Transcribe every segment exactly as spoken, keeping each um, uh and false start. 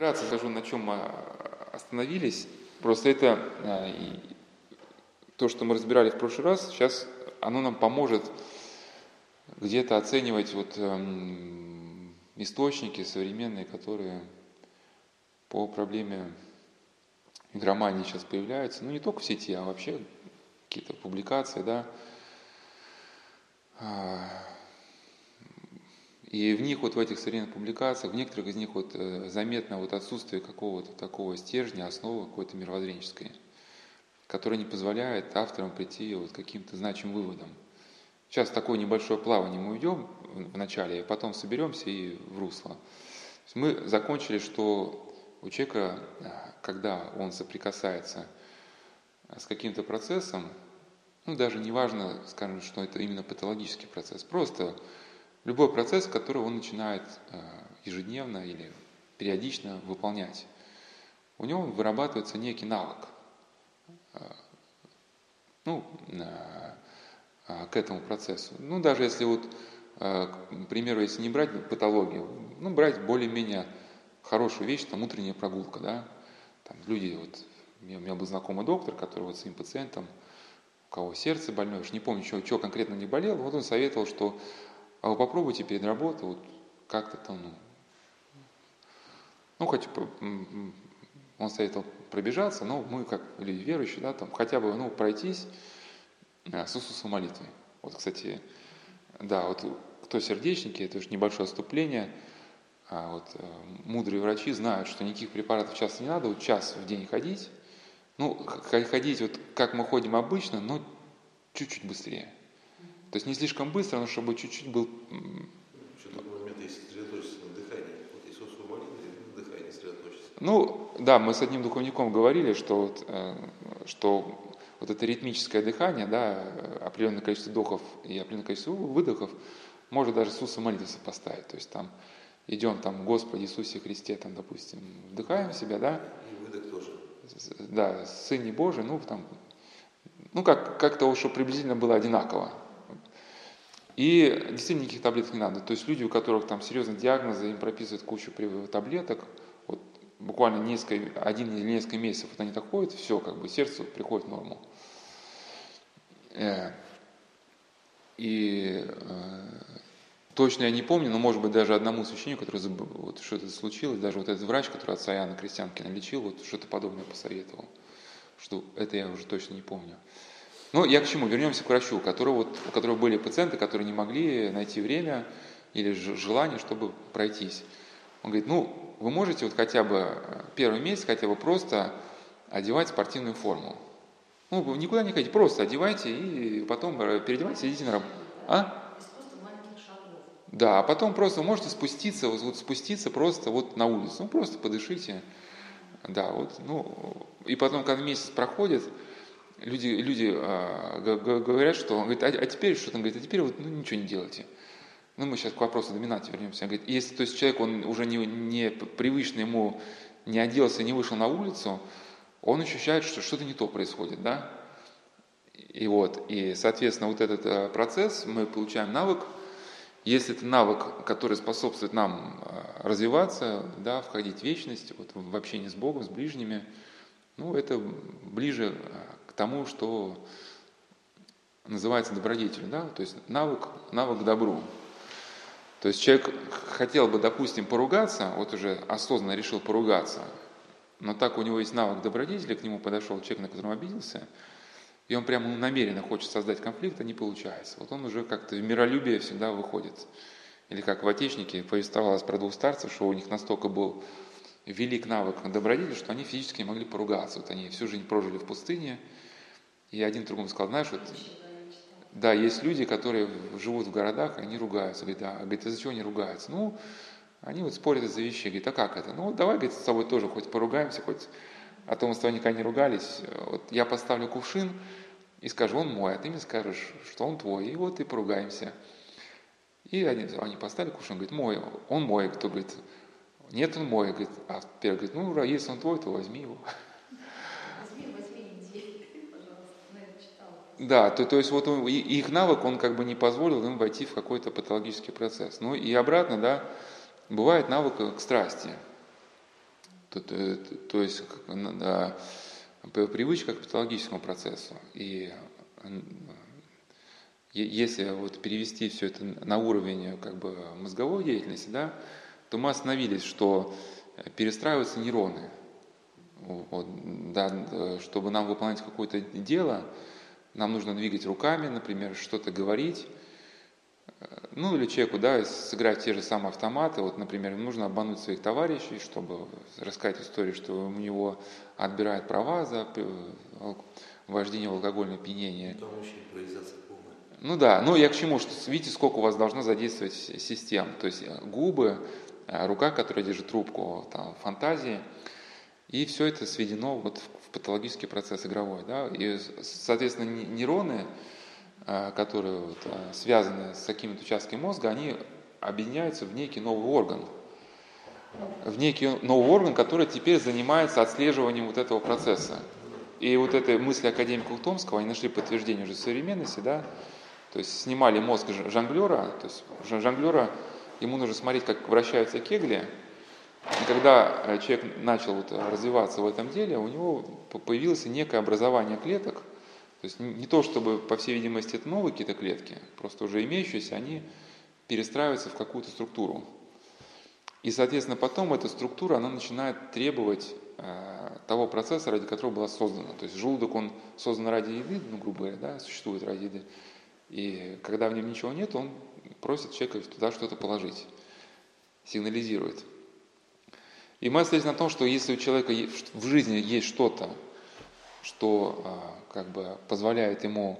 Вкратце скажу, на чем мы остановились. Просто это э, и то, что мы разбирали в прошлый раз, сейчас оно нам поможет где-то оценивать вот, эм, источники современные, которые по проблеме игромании сейчас появляются. Ну, не только в сети, а вообще какие-то публикации, да. И в них, вот в этих современных публикациях, в некоторых из них вот заметно вот отсутствие какого-то такого стержня, основы какой-то мировоззренческой, которая не позволяет авторам прийти вот к каким-то значимым выводам. Сейчас в такое небольшое плавание мы уйдем в начале, и потом соберемся и в русло. Мы закончили, что у человека, когда он соприкасается с каким-то процессом, ну даже не важно, скажем, что это именно патологический процесс, просто любой процесс, который он начинает ежедневно или периодично выполнять, у него вырабатывается некий навык, ну, к этому процессу. Ну, даже если вот, к примеру, если не брать патологию, ну, брать более-менее хорошую вещь, там, утренняя прогулка, да, там люди, вот, у меня был знакомый доктор, который вот своим пациентам, у кого сердце больное, уж не помню, что, что конкретно не болело, вот он советовал, что а вы попробуйте перед работой вот как-то там, ну, ну, хоть он советовал пробежаться, но мы, как люди верующие, да, там, хотя бы, ну, пройтись с Иисусом молитвой. Вот, кстати, да, вот кто сердечники, это уж небольшое отступление, а вот мудрые врачи знают, что никаких препаратов часто не надо, вот час в день ходить, ну, ходить вот как мы ходим обычно, но чуть-чуть быстрее. То есть не слишком быстро, но чтобы чуть-чуть был... Еще такой момент, если сосредоточиться на дыхании. Вот Иисусу молитве на дыхании сосредоточиться. Ну, да, мы с одним духовником говорили, что, вот, что вот это ритмическое дыхание, да, определенное количество вдохов и определенное количество выдохов может даже с Иисусом молитвы сопоставить. То есть там идем там, Господи Иисусе Христе, там, допустим, вдыхаем себя, да. И выдох тоже. Да, Сыне Божий, ну, там, ну, как, как-то, чтобы приблизительно было одинаково. И действительно никаких таблеток не надо. То есть люди, у которых там серьезные диагнозы, им прописывают кучу таблеток, вот буквально несколько, один или несколько месяцев вот они так ходят, все, как бы сердце приходит в норму. И э, точно я не помню, но может быть даже одному священнику, который вот что-то случилось, даже вот этот врач, который отца Иоанна Крестьянкина лечил, вот что-то подобное посоветовал. Что это я уже точно не помню. Но я к чему? Вернемся к врачу, у которого, вот, у которого были пациенты, которые не могли найти время или желание, чтобы пройтись. Он говорит, ну, вы можете вот хотя бы первый месяц хотя бы просто одевать спортивную форму. Ну, никуда не ходите, просто одевайте и потом переодевайтесь, идите на работу. А? Да, а потом просто вы можете спуститься, вот, вот спуститься просто вот на улицу, ну, просто подышите. Да, вот, ну, и потом, когда месяц проходит, Люди, люди а, говорят, что он говорит, а, а теперь что-то, он говорит, а теперь вот ну, ничего не делайте. Ну, мы сейчас к вопросу доминанции вернемся. Он говорит, если то есть человек, он уже не, не привычно ему не оделся, не вышел на улицу, он ощущает, что что-то не то происходит, да? И вот, и, соответственно, вот этот процесс, мы получаем навык. Если это навык, который способствует нам развиваться, да, входить в вечность, вот, в общение с Богом, с ближними, ну, это ближе к тому, что называется добродетелью, да, то есть навык, навык к добру. То есть человек хотел бы, допустим, поругаться, вот уже осознанно решил поругаться, но так у него есть навык добродетели, к нему подошел человек, на которого обиделся, и он прямо намеренно хочет создать конфликт, а не получается. Вот он уже как-то в миролюбие всегда выходит. Или как в «Отечнике» повествовалось про двух старцев, что у них настолько был велик навык добродетели, что они физически могли поругаться. Вот они всю жизнь прожили в пустыне, и один другому сказал, знаешь, вот, да, есть люди, которые живут в городах, они ругаются. Говорит, а, говорит, а за чего они ругаются? Ну, они вот спорят из-за вещей. Говорит, а как это? Ну, вот давай, говорит, с тобой тоже хоть поругаемся, хоть, а то мы с тобой никогда не ругались. Вот я поставлю кувшин и скажу, он мой, а ты мне скажешь, что он твой, и вот и поругаемся. И они, они поставили кувшин, говорит, мой, он мой. Кто говорит, нет, он мой. Говорит, а первый говорит, ну, если он твой, то возьми его. Да, то, то есть вот он, их навык, он как бы не позволил им войти в какой-то патологический процесс. Ну и обратно, да, бывает навык к страсти. То, то, то есть да, привычка к патологическому процессу. И если вот перевести все это на уровень как бы мозговой деятельности, да, то мы остановились, что перестраиваются нейроны. Вот, да, чтобы нам выполнять какое-то дело, нам нужно двигать руками, например, что-то говорить. Ну или человеку, да, сыграть те же самые автоматы. Вот, например, нужно обмануть своих товарищей, чтобы рассказать историю, что у него отбирают права за вождение в алкогольное опьянение. Там вообще импровизация полная. Ну да, ну я к чему, что видите, сколько у вас должно задействовать систем. То есть губы, рука, которая держит трубку, там, фантазии. И все это сведено вот в патологический процесс игровой. Да? И, соответственно, нейроны, которые вот связаны с какими-то участками мозга, они объединяются в некий новый орган. В некий новый орган, который теперь занимается отслеживанием вот этого процесса. И вот этой мысли академика Ухтомского, они нашли подтверждение уже в современности, да? То есть снимали мозг жонглера, то есть жонглера, ему нужно смотреть, как вращаются кегли. И когда человек начал вот развиваться в этом деле, у него появилось некое образование клеток. То есть не то, чтобы, по всей видимости, это новые какие-то клетки, просто уже имеющиеся, они перестраиваются в какую-то структуру. И, соответственно, потом эта структура, она начинает требовать э, того процесса, ради которого была создана. То есть желудок, он создан ради еды, ну, грубо говоря, да, существует ради еды. И когда в нем ничего нет, он просит человека туда что-то положить, сигнализирует. И мы остались на том, что если у человека в жизни есть что-то, что э, как бы позволяет ему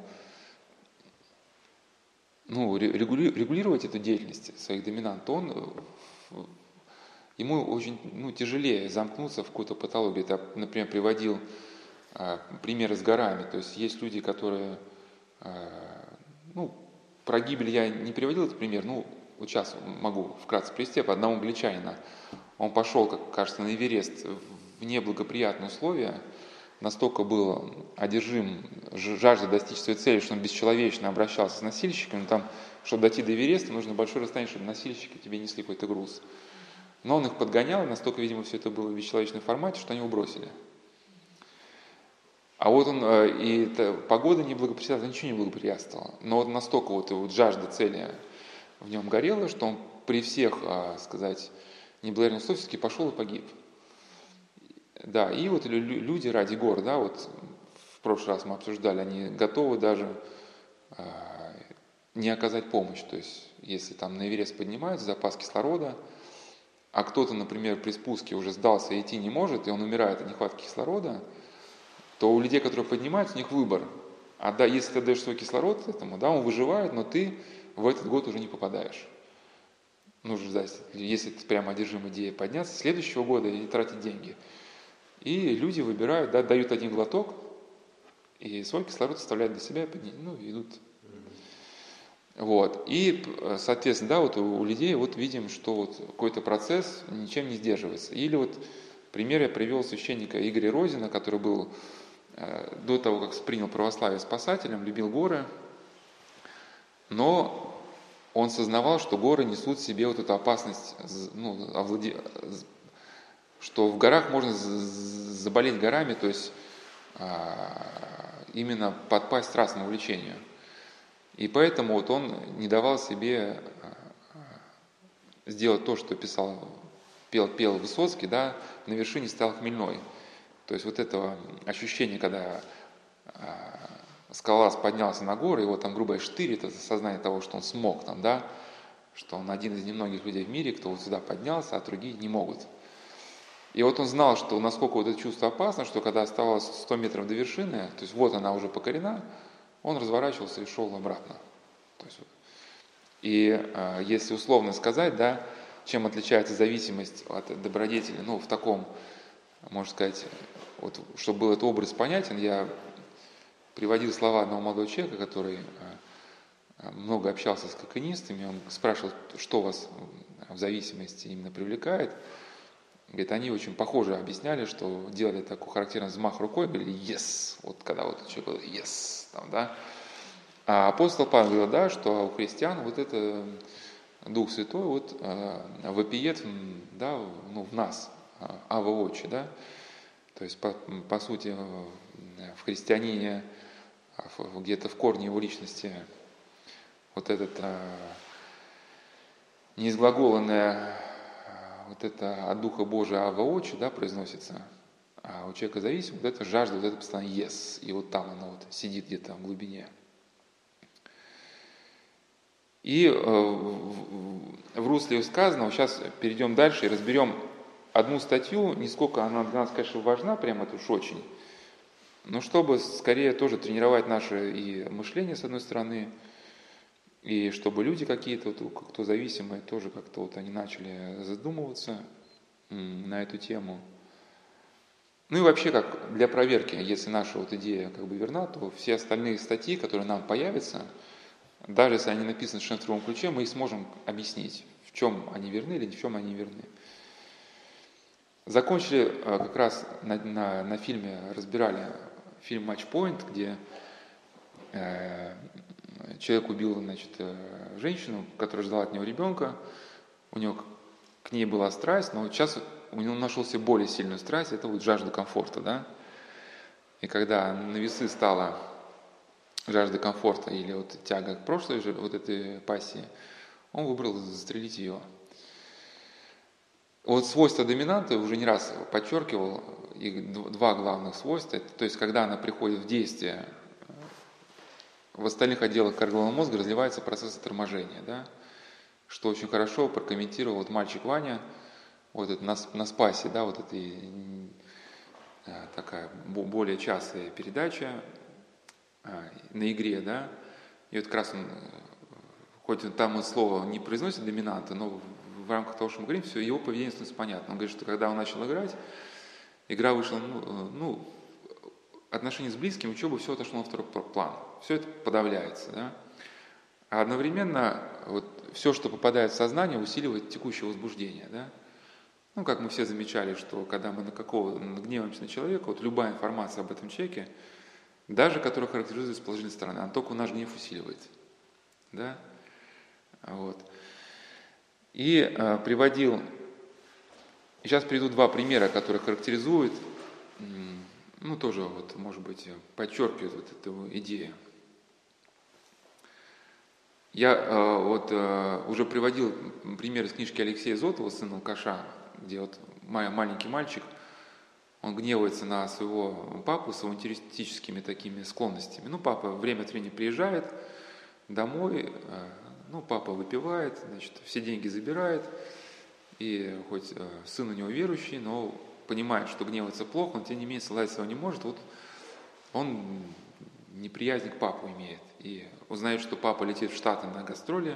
ну, регулировать эту деятельность своих доминант, то он, ему очень ну, тяжелее замкнуться в какую-то патологию. Это, например, приводил э, примеры с горами. То есть есть люди, которые, э, ну, про гибель я не приводил этот пример, ну, вот сейчас могу вкратце привести по одному англичанина. Он пошел, как кажется, на Эверест в неблагоприятные условия, настолько был одержим жаждой достичь своей цели, что он бесчеловечно обращался с носильщиками. Там, чтобы дойти до Эвереста, нужно большое расстояние, чтобы носильщики тебе несли какой-то груз. Но он их подгонял, и настолько, видимо, все это было в бесчеловечном формате, что они его бросили. А вот он, и это, погода не благоприятствовала, ничего не благоприятствовало. Но вот настолько вот, вот жажда цели в нем горела, что он при всех, сказать, неблагоприятных условиях все-таки пошел и погиб. Да, и вот люди ради гор, да, вот в прошлый раз мы обсуждали, они готовы даже э, не оказать помощь. То есть, если там на Эверест поднимаются, запас кислорода, а кто-то, например, при спуске уже сдался и идти не может, и он умирает от нехватки кислорода, то у людей, которые поднимаются, у них выбор. А да, если ты даешь свой кислород этому, да, он выживает, но ты в этот год уже не попадаешь. Нужно ждать, если ты прямо одержим идеей подняться, следующего года и тратить деньги. И люди выбирают, да, дают один глоток, и свой кислород оставляют для себя, ну, идут. Вот. И, соответственно, да, вот у людей вот видим, что вот какой-то процесс ничем не сдерживается. Или вот пример я привел священника Игоря Розина, который был э, до того, как принял православие, спасателем, любил горы, но он сознавал, что горы несут в себе вот эту опасность, ну, овладе... что в горах можно заболеть горами, то есть а, именно подпасть страстному увлечению. И поэтому вот он не давал себе а, сделать то, что писал, пел, пел Высоцкий, да, на вершине стал хмельной. То есть вот этого ощущения, когда а, скалолаз поднялся на горы, его там грубо штырит, это сознание того, что он смог там, да, что он один из немногих людей в мире, кто вот сюда поднялся, а другие не могут. И вот он знал, что насколько вот это чувство опасно, что когда оставалось сто метров до вершины, то есть вот она уже покорена, он разворачивался и шел обратно. То есть, и э, если условно сказать, да, чем отличается зависимость от добродетели, ну, в таком, можно сказать, вот, чтобы был этот образ понятен, я приводил слова одного молодого человека, который э, много общался с кокаинистами, он спрашивал, что вас в зависимости именно привлекает. Говорит, они очень похоже объясняли, что делали такой характерный взмах рукой, говорили «yes», вот когда вот человек говорил «yes», там, да. А апостол Павел говорил, да, что у христиан вот это Дух Святой вот э, вопиет, да, ну, в нас, Ава Очи, да? То есть, по, по сути, в христианине, где-то в корне его личности, вот этот неизглаголанное, вот это от Духа Божия Ава Очи, да, произносится, а у человека зависимого вот это жажда, вот это постоянно ес, и вот там оно вот сидит где-то в глубине. И э, в, в русле сказанного сейчас перейдем дальше и разберем одну статью, не сколько она для нас, конечно, важна, прямо это уж очень, но чтобы скорее тоже тренировать наше и мышление, с одной стороны, и чтобы люди какие-то, вот, кто зависимые, тоже как-то вот они начали задумываться на эту тему. Ну и вообще, как для проверки, если наша вот идея как бы верна, то все остальные статьи, которые нам появятся, даже если они написаны в совершенно другом ключе, мы их сможем объяснить, в чем они верны или в чем они верны. Закончили как раз на, на, на фильме, разбирали фильм «Матч Пойнт», где э, человек убил, значит, женщину, которая ждала от него ребенка, у него к ней была страсть, но сейчас у него нашел себе более сильную страсть, это вот жажда комфорта, да. И когда на весы стала жажда комфорта или вот тяга к прошлой вот этой пассии, он выбрал застрелить ее. Вот свойства доминанты уже не раз подчеркивал, их два главных свойства, то есть когда она приходит в действие, в остальных отделах коры головного мозга развивается процесс торможения, да? Что очень хорошо прокомментировал вот мальчик Ваня, вот это на, на спасе, да, вот это такая более частая передача а, на игре, да, и вот как раз он, хоть он там он слово не произносит доминанта, но в рамках того, что мы говорим, все, его поведение становится понятно. Он говорит, что когда он начал играть, игра вышла, ну, ну отношения с близким, учеба, все отошло на второй план. Все это подавляется. Да? А одновременно вот, все, что попадает в сознание, усиливает текущее возбуждение. Да? Ну, как мы все замечали, что когда мы на какого гневаемся на человека, вот любая информация об этом человеке, даже которая характеризуется с положительной стороны, она только наш гнев усиливает. Да? Вот. И э, приводил, сейчас приведу два примера, которые характеризуют, ну, тоже, вот, может быть, подчеркивают вот эту идею. Я э, вот э, уже приводил пример из книжки Алексея Зотова «Сын алкаша», где вот маленький мальчик, он гневается на своего папу с авантюристическими такими склонностями. Ну, папа время от времени приезжает домой, э, ну, папа выпивает, значит, все деньги забирает, и хоть э, сын у него верующий, но понимает, что гневаться плохо, он, тем не менее, сладить его не может, вот он неприязнь к папу имеет. И узнает, что папа летит в Штаты на гастроли,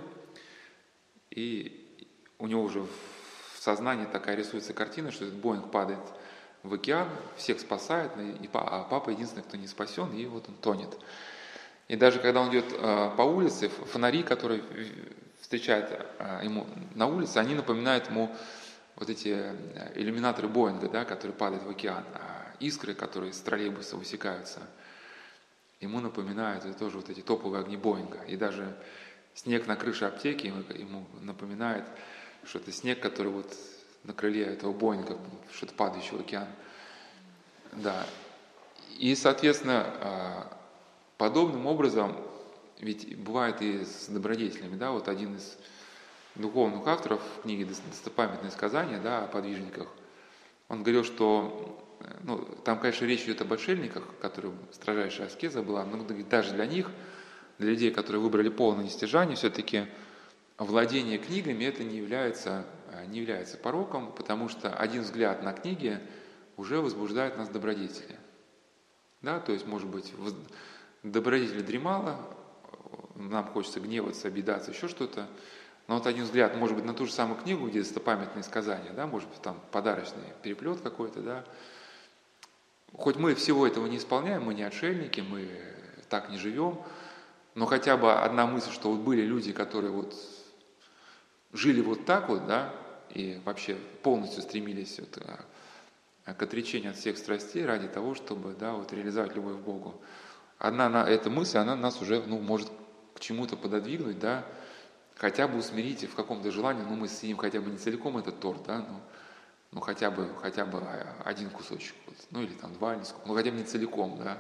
и у него уже в сознании такая рисуется картина, что этот Боинг падает в океан, всех спасает, и, а папа единственный, кто не спасен, и вот он тонет. И даже когда он идет э, по улице, фонари, которые встречают э, ему на улице, они напоминают ему вот эти иллюминаторы Боинга, да, которые падают в океан, а искры, которые с троллейбуса высекаются, ему напоминают это тоже вот эти топовые огни Боинга. И даже снег на крыше аптеки ему напоминает, что это снег, который вот на крыле этого Боинга, что-то падающий в океан. Да. И, соответственно, подобным образом, ведь бывает и с добродетелями, да, вот один из духовных авторов книги «Достопамятные сказания», да, о подвижниках, он говорил, что, ну, там, конечно, речь идет об отшельниках, которым строжайшая аскеза была, но даже для них, для людей, которые выбрали полное нестяжание, все-таки владение книгами это не является, не является пороком, потому что один взгляд на книги уже возбуждает нас добродетели. Да, то есть, может быть, добродетели дремало, нам хочется гневаться, обидаться, еще что-то, но вот один взгляд, может быть, на ту же самую книгу, где достопамятные сказания, да, может быть, там подарочный переплет какой-то, да. Хоть мы всего этого не исполняем, мы не отшельники, мы так не живем, но хотя бы одна мысль, что вот были люди, которые вот жили вот так вот, да, и вообще полностью стремились вот к отречению от всех страстей ради того, чтобы, да, вот реализовать любовь к Богу. Одна на, эта мысль, она нас уже, ну, может к чему-то пододвигнуть, да, хотя бы усмирить в каком-то желании, ну, мы съедим хотя бы не целиком этот торт, да, но, ну хотя бы, хотя бы один кусочек, вот, ну или там два, ну хотя бы не целиком, да.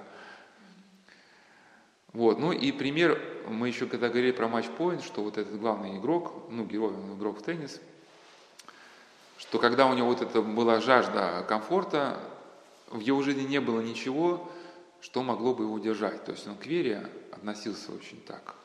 Вот, ну и пример, мы еще когда говорили про матч-поинт, что вот этот главный игрок, ну герой, он игрок в теннис, что когда у него вот это была жажда комфорта, в его жизни не было ничего, что могло бы его удержать. То есть он к вере относился очень так,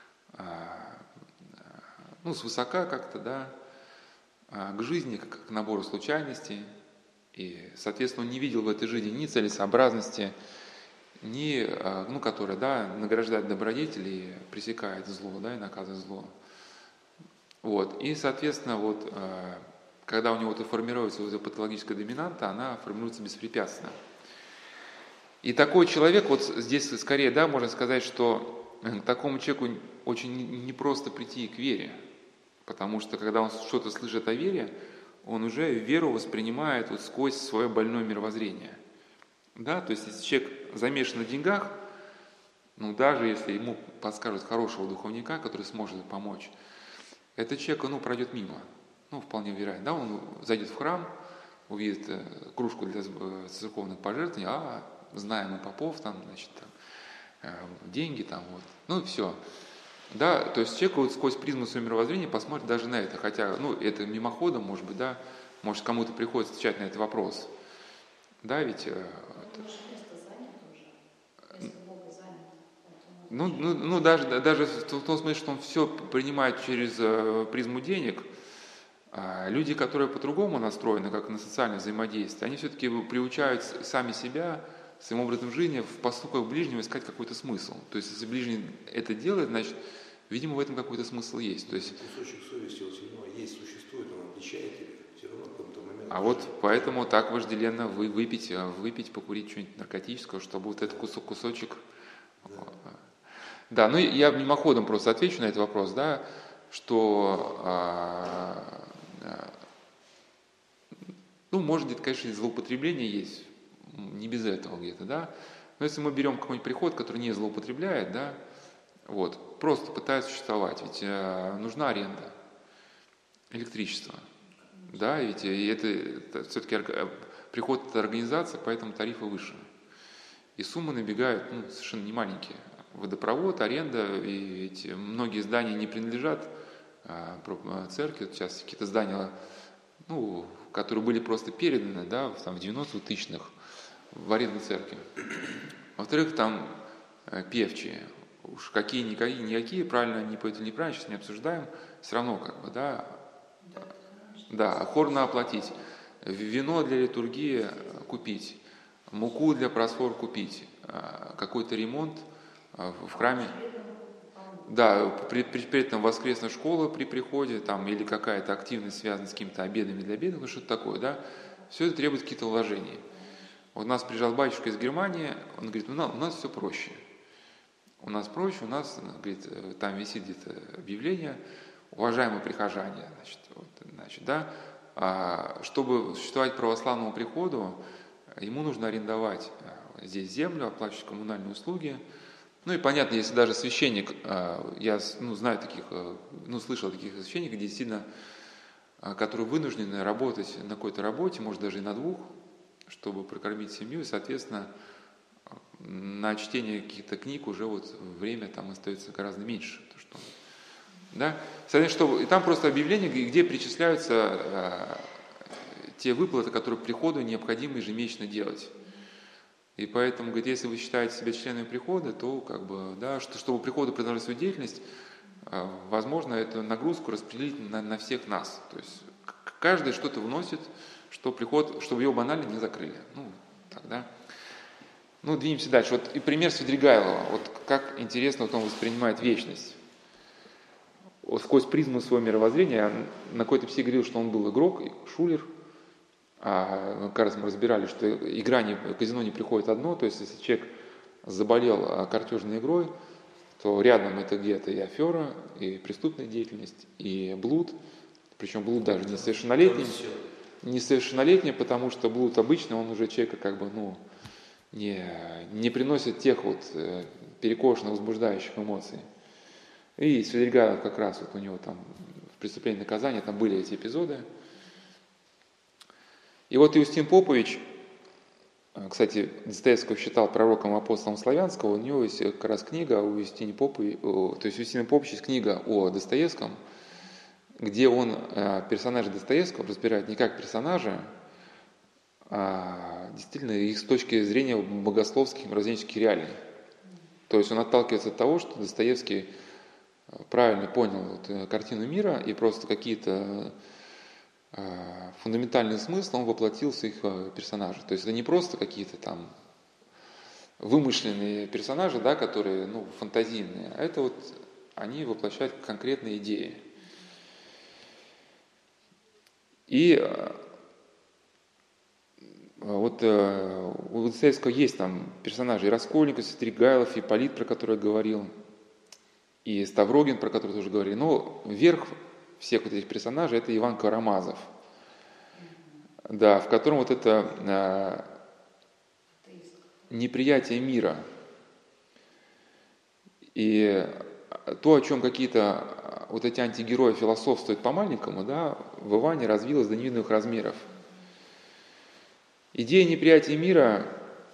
ну, свысока как-то, да, к жизни, как к набору случайностей. И, соответственно, он не видел в этой жизни ни целесообразности, ни, ну, которая, да, награждает добродетели и пресекает зло, да, и наказывает зло. Вот. И, соответственно, вот, когда у него вот формируется вот эта патологическая доминанта, она формируется беспрепятственно. И такой человек, вот здесь скорее, да, можно сказать, что к такому человеку очень непросто прийти к вере, потому что когда он что-то слышит о вере, он уже веру воспринимает вот сквозь свое больное мировоззрение. Да, то есть если человек замешан на деньгах, ну даже если ему подскажут хорошего духовника, который сможет помочь, этот человек, ну, пройдет мимо, ну, вполне вероятно. Да, он зайдет в храм, увидит кружку для церковных пожертвований, а, знаем мы попов, там, значит, там, деньги, там, вот, ну, и все. Да, то есть человек вот сквозь призму своего мировоззрения посмотрит даже на это, хотя, ну, это мимоходом, может быть, да, может, кому-то приходится отвечать на этот вопрос. Да, ведь... Ну, ну, ну даже, даже в том смысле, что он все принимает через э, призму денег, а люди, которые по-другому настроены, как на социальное взаимодействие, они все-таки приучают сами себя, своим образом жизни, в поступках ближнего искать какой-то смысл. То есть, если ближний это делает, значит, видимо, в этом какой-то смысл есть. То есть, кусочек совести вот сильного есть, существует, он отличает тебя, все равно в каком-то моменте. А вот поэтому так вожделенно вы выпить, выпить, покурить что-нибудь наркотического, чтобы вот этот кусок, кусочек... Да. Да, ну я мимоходом просто отвечу на этот вопрос, да, что, а, ну, может быть, конечно, злоупотребление есть, не без этого где-то, да, но если мы берем какой-нибудь приход, который не злоупотребляет, да, вот, просто пытается существовать, ведь а, нужна аренда, электричество, да, ведь это, это все-таки приход – это организация, поэтому тарифы выше, и суммы набегают, ну, совершенно немаленькие. Водопровод, аренда, и эти, многие здания не принадлежат а, церкви. Сейчас какие-то здания, ну, которые были просто переданы, да, там, в девяностых тысячных в аренду церкви. Во-вторых, там а, певчие, уж какие-никакие, никакие, правильно они поют или неправильно, сейчас не обсуждаем, все равно как бы, да, да, хор надо оплатить, вино для литургии купить, муку для просфор купить, а, какой-то ремонт в храме, да, при, при, при этом воскресная школа при приходе, там, или какая-то активность связана с какими-то обедами для бедных, ну что-то такое, да, все это требует какие-то вложения. Вот у нас приезжал батюшка из Германии, он говорит, ну, у нас все проще, у нас проще, у нас, говорит, там висит где-то объявление, уважаемые прихожане, значит, вот, значит, да, а, чтобы существовать православному приходу, ему нужно арендовать здесь землю, оплачивать коммунальные услуги. Ну и понятно, если даже священник, я ну, знаю таких, ну слышал таких священников, действительно, которые вынуждены работать на какой-то работе, может даже и на двух, чтобы прокормить семью, и, соответственно, на чтение каких-то книг уже вот время там остается гораздо меньше. То, что, да? Соответственно, что, и там просто объявление, где перечисляются те выплаты, которые приходу необходимо ежемесячно делать. И поэтому, говорит, если вы считаете себя членами прихода, то, как бы, да, что, чтобы приходу продолжать свою деятельность, возможно, эту нагрузку распределить на, на всех нас. То есть каждый что-то вносит, что приход, чтобы его банально не закрыли. Ну, тогда. Ну, двинемся дальше. Вот и пример Свидригайлова. Вот как интересно вот он воспринимает вечность. Вот сквозь призму своего мировоззрения, я на какой-то пси говорил, что он был игрок, шулер. А, как раз мы разбирали, что игра не, казино не приходит одно, то есть если человек заболел картежной игрой, то рядом это где-то и афера, и преступная деятельность, и блуд, причем блуд даже несовершеннолетний, несовершеннолетний, потому что блуд обычно, он уже человека как бы, ну, не, не приносит тех вот перекошенных, возбуждающих эмоций. И Свидригайлов как раз вот у него там в «Преступлении и наказании» там были эти эпизоды. И вот Иустин Попович, кстати, Достоевского считал пророком и апостолом славянского, у него есть как раз книга у Иустина Поповича, то есть у Иустина Поповича есть книга о Достоевском, где он персонажа Достоевского разбирает не как персонажа, а действительно их с точки зрения богословских, мировоззренческих реалий. То есть он отталкивается от того, что Достоевский правильно понял вот картину мира и просто какие-то фундаментальный смысл он воплотил в своих персонажей. То есть это не просто какие-то там вымышленные персонажи, да, которые ну, фантазийные, а это вот они воплощают конкретные идеи. И вот у Достоевского есть там персонажи и Раскольников, и Стригайлов, и Ипполит, про который я говорил, и Ставрогин, про который тоже говорили. Но верх всех вот этих персонажей это Иван Карамазов, да, в котором вот это э, неприятие мира и то, о чем какие-то вот эти антигерои философствуют по-маленькому, да, в Иване развилось до невиданных размеров. Идея неприятия мира,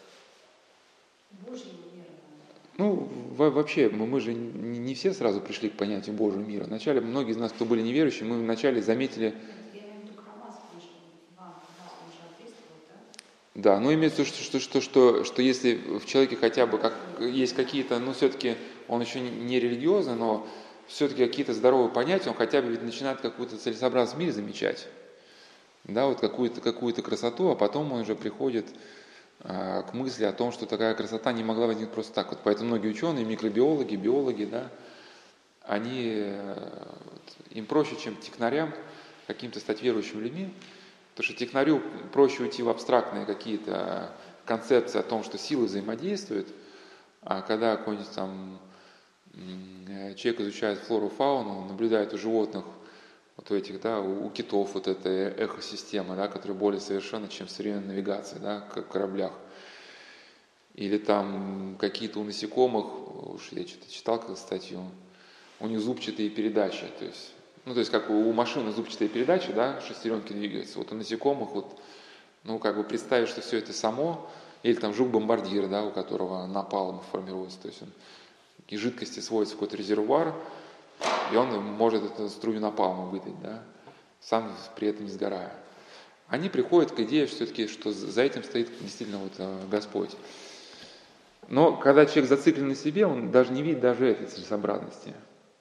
ну, вообще, мы, мы же не, не все сразу пришли к понятию Божьего мира. Вначале, многие из нас, кто были неверующие, мы вначале заметили... Да, но имеется в виду, что, что, что, что если в человеке хотя бы как, есть какие-то, ну, все-таки он еще не религиозный, но все-таки какие-то здоровые понятия, он хотя бы ведь начинает какую-то целесообразность в мире замечать. Да, вот какую-то, какую-то красоту, а потом он уже приходит а, к мысли о том, что такая красота не могла возникнуть просто так. Вот поэтому многие ученые, микробиологи, биологи, да, они, им проще, чем технарям, каким-то стать верующими людьми, потому что технарю проще уйти в абстрактные какие-то концепции о том, что силы взаимодействуют, а когда какой-нибудь там человек изучает флору, фауну, наблюдает у животных, вот у этих, да, у, у китов вот эта экосистема, да, которая более совершенна, чем современная навигация, да, как в кораблях. Или там какие-то у насекомых, уж я что-то читал как статью, у них зубчатые передачи, то есть, ну, то есть как у машины зубчатые передачи, да, шестеренки двигаются, вот у насекомых вот, ну, как бы представить, что все это само, или там жук-бомбардир, да, у которого напалм формируется, то есть он и жидкости сводится в какой-то резервуар, и он может эту струю напалма выдать, да, сам при этом не сгорая. Они приходят к идее все-таки, что за этим стоит действительно вот Господь. Но когда человек зациклен на себе, он даже не видит даже этой целесообразности.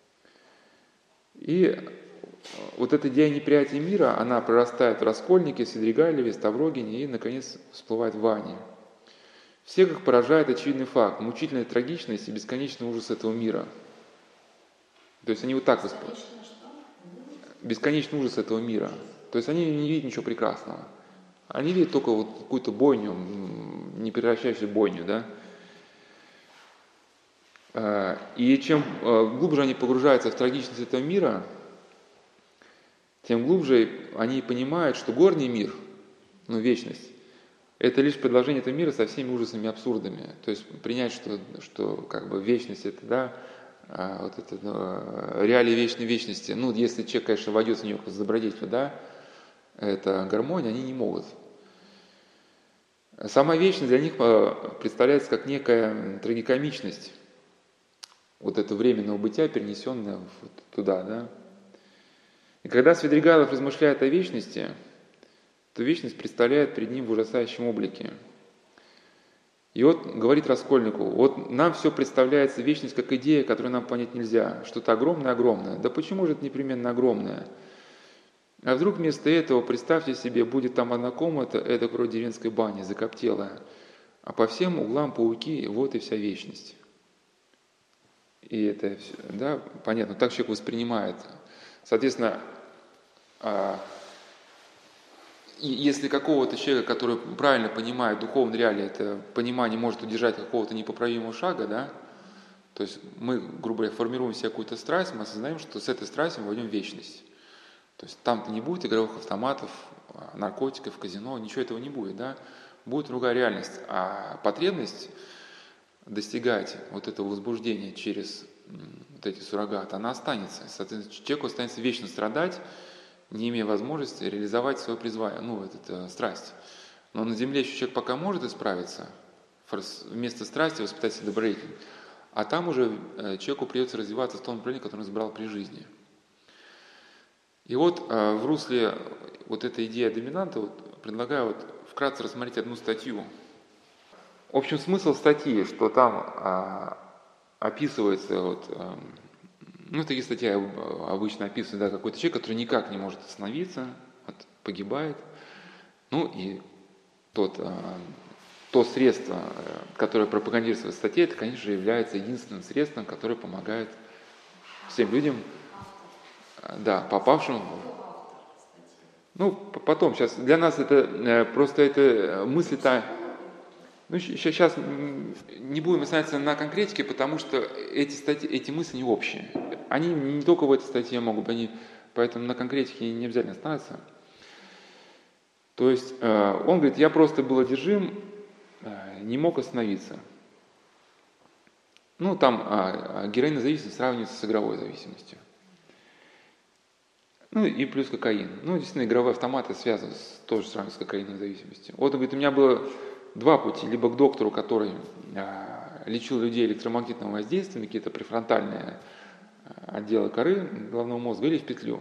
И вот эта идея неприятия мира, она прорастает в Раскольнике, Свидригайлове, Ставрогине и, наконец, всплывает в Ване. Всех их поражает очевидный факт, мучительная трагичность и бесконечный ужас этого мира. То есть они вот так воспринимают. Бесконечный ужас этого мира. То есть они не видят ничего прекрасного. Они видят только вот какую-то бойню, не прекращающуюся бойню, да. И чем глубже они погружаются в трагичность этого мира, тем глубже они понимают, что горний мир, ну, вечность, это лишь предложение этого мира со всеми ужасами и абсурдами. То есть принять, что, что как бы вечность это, да, вот это ну, реалии вечной вечности. Ну, если человек, конечно, войдет в нее с добродетелью, да, это гармония, они не могут. Сама вечность для них представляется как некая трагикомичность. Вот это временного бытия, перенесенное вот туда, да. И когда Свидригайлов размышляет о вечности, то вечность представляет перед ним в ужасающем облике. И вот говорит Раскольникову, вот нам все представляется вечность как идея, которую нам понять нельзя, что-то огромное-огромное. Да почему же это непременно огромное? А вдруг вместо этого, представьте себе, будет там одна комната, это вроде деревенской бани, закоптелая, а по всем углам пауки, вот и вся вечность. И это, да, понятно, так человек воспринимает. Соответственно, если какого-то человека, который правильно понимает духовные реалии, это понимание может удержать какого-то непоправимого шага, да, то есть мы, грубо говоря, формируем себе какую-то страсть, мы осознаем, что с этой страстью мы войдем в вечность. То есть там-то не будет игровых автоматов, наркотиков, казино, ничего этого не будет, да, будет другая реальность. А потребность достигать вот этого возбуждения через вот эти суррогаты, она останется. Соответственно, человеку останется вечно страдать не имея возможности реализовать свое призвание, ну, вот это страсть. Но на земле еще человек пока может исправиться, вместо страсти воспитать себе добродетель, а там уже человеку придется развиваться в том направлении, которое он избрал при жизни. И вот в русле вот этой идеи доминанта вот, предлагаю вот вкратце рассмотреть одну статью. В общем, смысл статьи, что там а, описывается, вот, а, ну, такие статьи обычно описывают, да, какой-то человек, который никак не может остановиться, вот, погибает. Ну и тот, а, то средство, которое пропагандируется в статье, это, конечно же, является единственным средством, которое помогает всем людям, да, попавшим в... Ну, потом, сейчас, для нас это просто это мысль-то... Ну, сейчас не будем остановиться на конкретике, потому что эти, статьи, эти мысли не общие. Они не только в этой статье могут быть, они, поэтому на конкретике не обязательно остановиться. То есть он говорит, я просто был одержим, не мог остановиться. Ну, там героиновая зависимость сравнивается с игровой зависимостью. Ну, и плюс кокаин. Ну, действительно, игровые автоматы связаны с, тоже сравниваются с кокаиновой зависимостью. Вот он говорит, у меня было два пути. Либо к доктору, который а, лечил людей электромагнитным воздействием, какие-то префронтальные отделы коры головного мозга, или в петлю.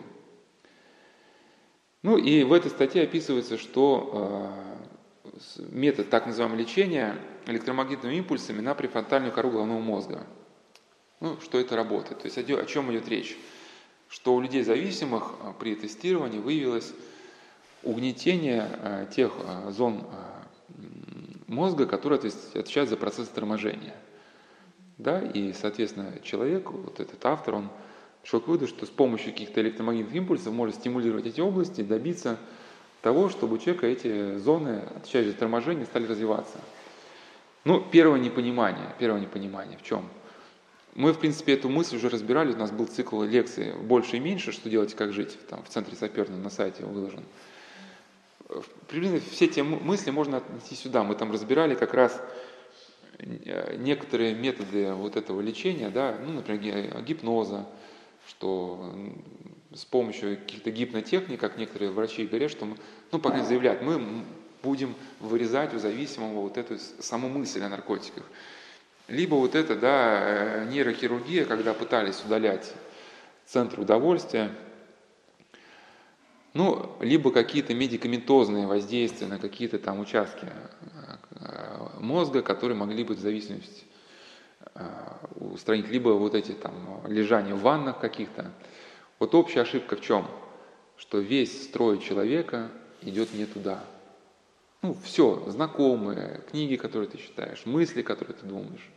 Ну, и в этой статье описывается, что а, метод так называемого лечения электромагнитными импульсами на префронтальную кору головного мозга. Ну, что это работает. То есть о чем идет речь? Что у людей зависимых при тестировании выявилось угнетение тех зон мозга, которые отвечают за процесс торможения. Да? И, соответственно, человек, вот этот автор, он пришел к выводу, что с помощью каких-то электромагнитных импульсов может стимулировать эти области и добиться того, чтобы у человека эти зоны, отвечающие за торможение, стали развиваться. Ну, первое непонимание. Первое непонимание в чем? Мы, в принципе, эту мысль уже разбирали, у нас был цикл лекций «Больше и меньше. Что делать и как жить», там в центре Саперного на сайте выложен. Приблизительно все те мысли можно отнести сюда. Мы там разбирали как раз некоторые методы вот этого лечения, да, ну, например, гипноза, что с помощью каких-то гипнотехник, как некоторые врачи говорят, что мы, ну, по крайней мере, заявляют, мы будем вырезать у зависимого вот эту саму мысль о наркотиках. Либо вот это, да, нейрохирургия, когда пытались удалять центр удовольствия, ну, либо какие-то медикаментозные воздействия на какие-то там участки мозга, которые могли бы зависимость устранить, либо вот эти там лежания в ваннах каких-то. Вот общая ошибка в чем? Что весь строй человека идет не туда. Ну, все, знакомые, книги, которые ты читаешь, мысли, которые ты думаешь,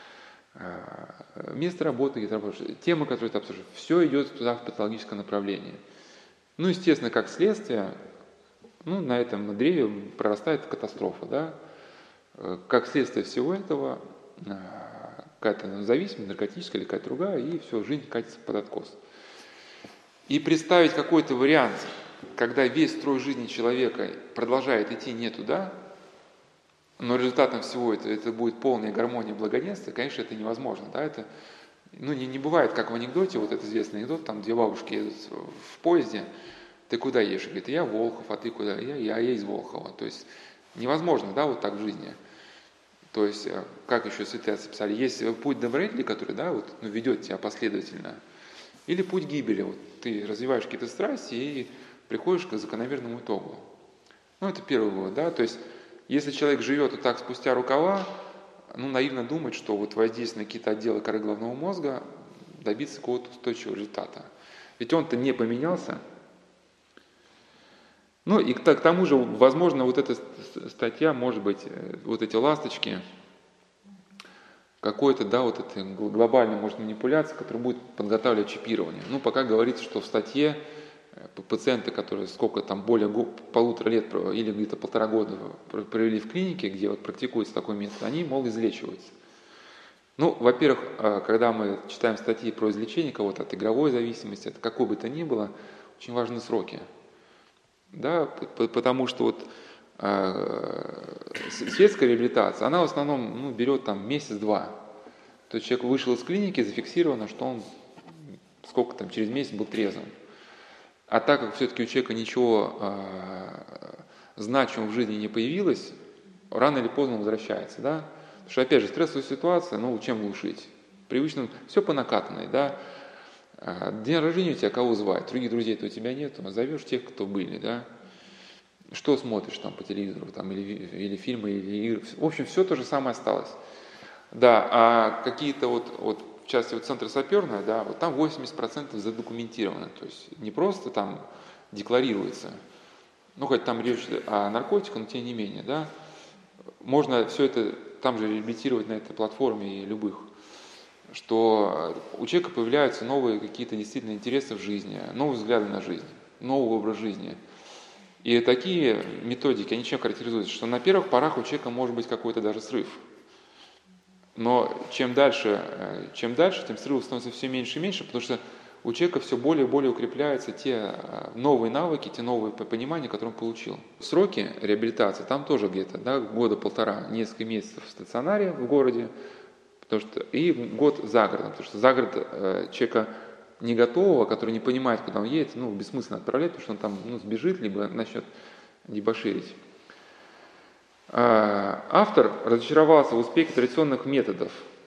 место работы, где ты работаешь, темы, которые ты обсуждаешь, все идет туда в патологическое направление. Ну, естественно, как следствие, ну, на этом древе прорастает катастрофа, да. Как следствие всего этого, какая-то зависимость, наркотическая или какая-то другая, и все, жизнь катится под откос. И представить какой-то вариант, когда весь строй жизни человека продолжает идти не туда, но результатом всего этого это будет полная гармония, благоденствие, конечно, это невозможно. Да? Это, ну, не, не бывает, как в анекдоте, вот этот известный анекдот, там две бабушки едут в поезде, ты куда едешь? Говорит, я Волхов, а ты куда? Я, я, я из Волхова. То есть невозможно, да, вот так в жизни. То есть, как еще святые отцы писали, есть путь добродетели, который, да, вот, ну, ведет тебя последовательно, или путь гибели. Вот, ты развиваешь какие-то страсти и приходишь к закономерному итогу. Ну, это первый вывод, да, то есть, если человек живет вот так спустя рукава, ну, наивно думать, что вот воздействие на какие-то отделы коры головного мозга добиться какого-то устойчивого результата. Ведь он-то не поменялся. Ну, и к тому же, возможно, вот эта статья, может быть, вот эти ласточки, какой-то, да, вот эта глобальная, может, манипуляция, которая будет подготавливать чипирование. Ну, пока говорится, что в статье пациенты, которые сколько там, более полутора лет или где-то полтора года провели в клинике, где вот практикуется такой метод, они, мол, излечиваются. Ну, во-первых, когда мы читаем статьи про излечение кого-то от игровой зависимости, от какой бы то ни было, очень важны сроки. Да, потому что вот э, светская реабилитация, она в основном, ну, берет там месяц-два. То есть человек вышел из клиники, зафиксировано, что он сколько там, через месяц был трезвым. а так как все-таки у человека ничего э, значимого в жизни не появилось, рано или поздно он возвращается, да? Потому что, опять же, стрессовая ситуация, ну, чем глушить? Привычно, все по накатанной, да? День рождения у тебя кого звать? Других друзей-то у тебя нет, зовешь тех, кто были, да? Что смотришь там по телевизору, там, или, или фильмы, или игры. В общем, все то же самое осталось. Да, а какие-то вот, вот в части вот центра саперная, да, вот там восемьдесят процентов задокументировано. То есть не просто там декларируется, ну, хоть там речь о наркотиках, но тем не менее, да, можно все это там же реабилитировать на этой платформе и любых, что у человека появляются новые какие-то действительно интересы в жизни, новые взгляды на жизнь, новый образ жизни. И такие методики, они чем характеризуются, что на первых порах у человека может быть какой-то даже срыв. Но чем дальше, чем дальше, тем срывов становится все меньше и меньше, потому что у человека все более и более укрепляются те новые навыки, те новые понимания, которые он получил. Сроки реабилитации там тоже где-то, да, года полтора, несколько месяцев в стационаре в городе, потому что, и год за городом, потому что за город э, человека не готового, который не понимает, куда он едет, ну, бессмысленно отправлять, потому что он там ну, сбежит, либо начнет дебоширить. А, автор разочаровался в успехе традиционных методов.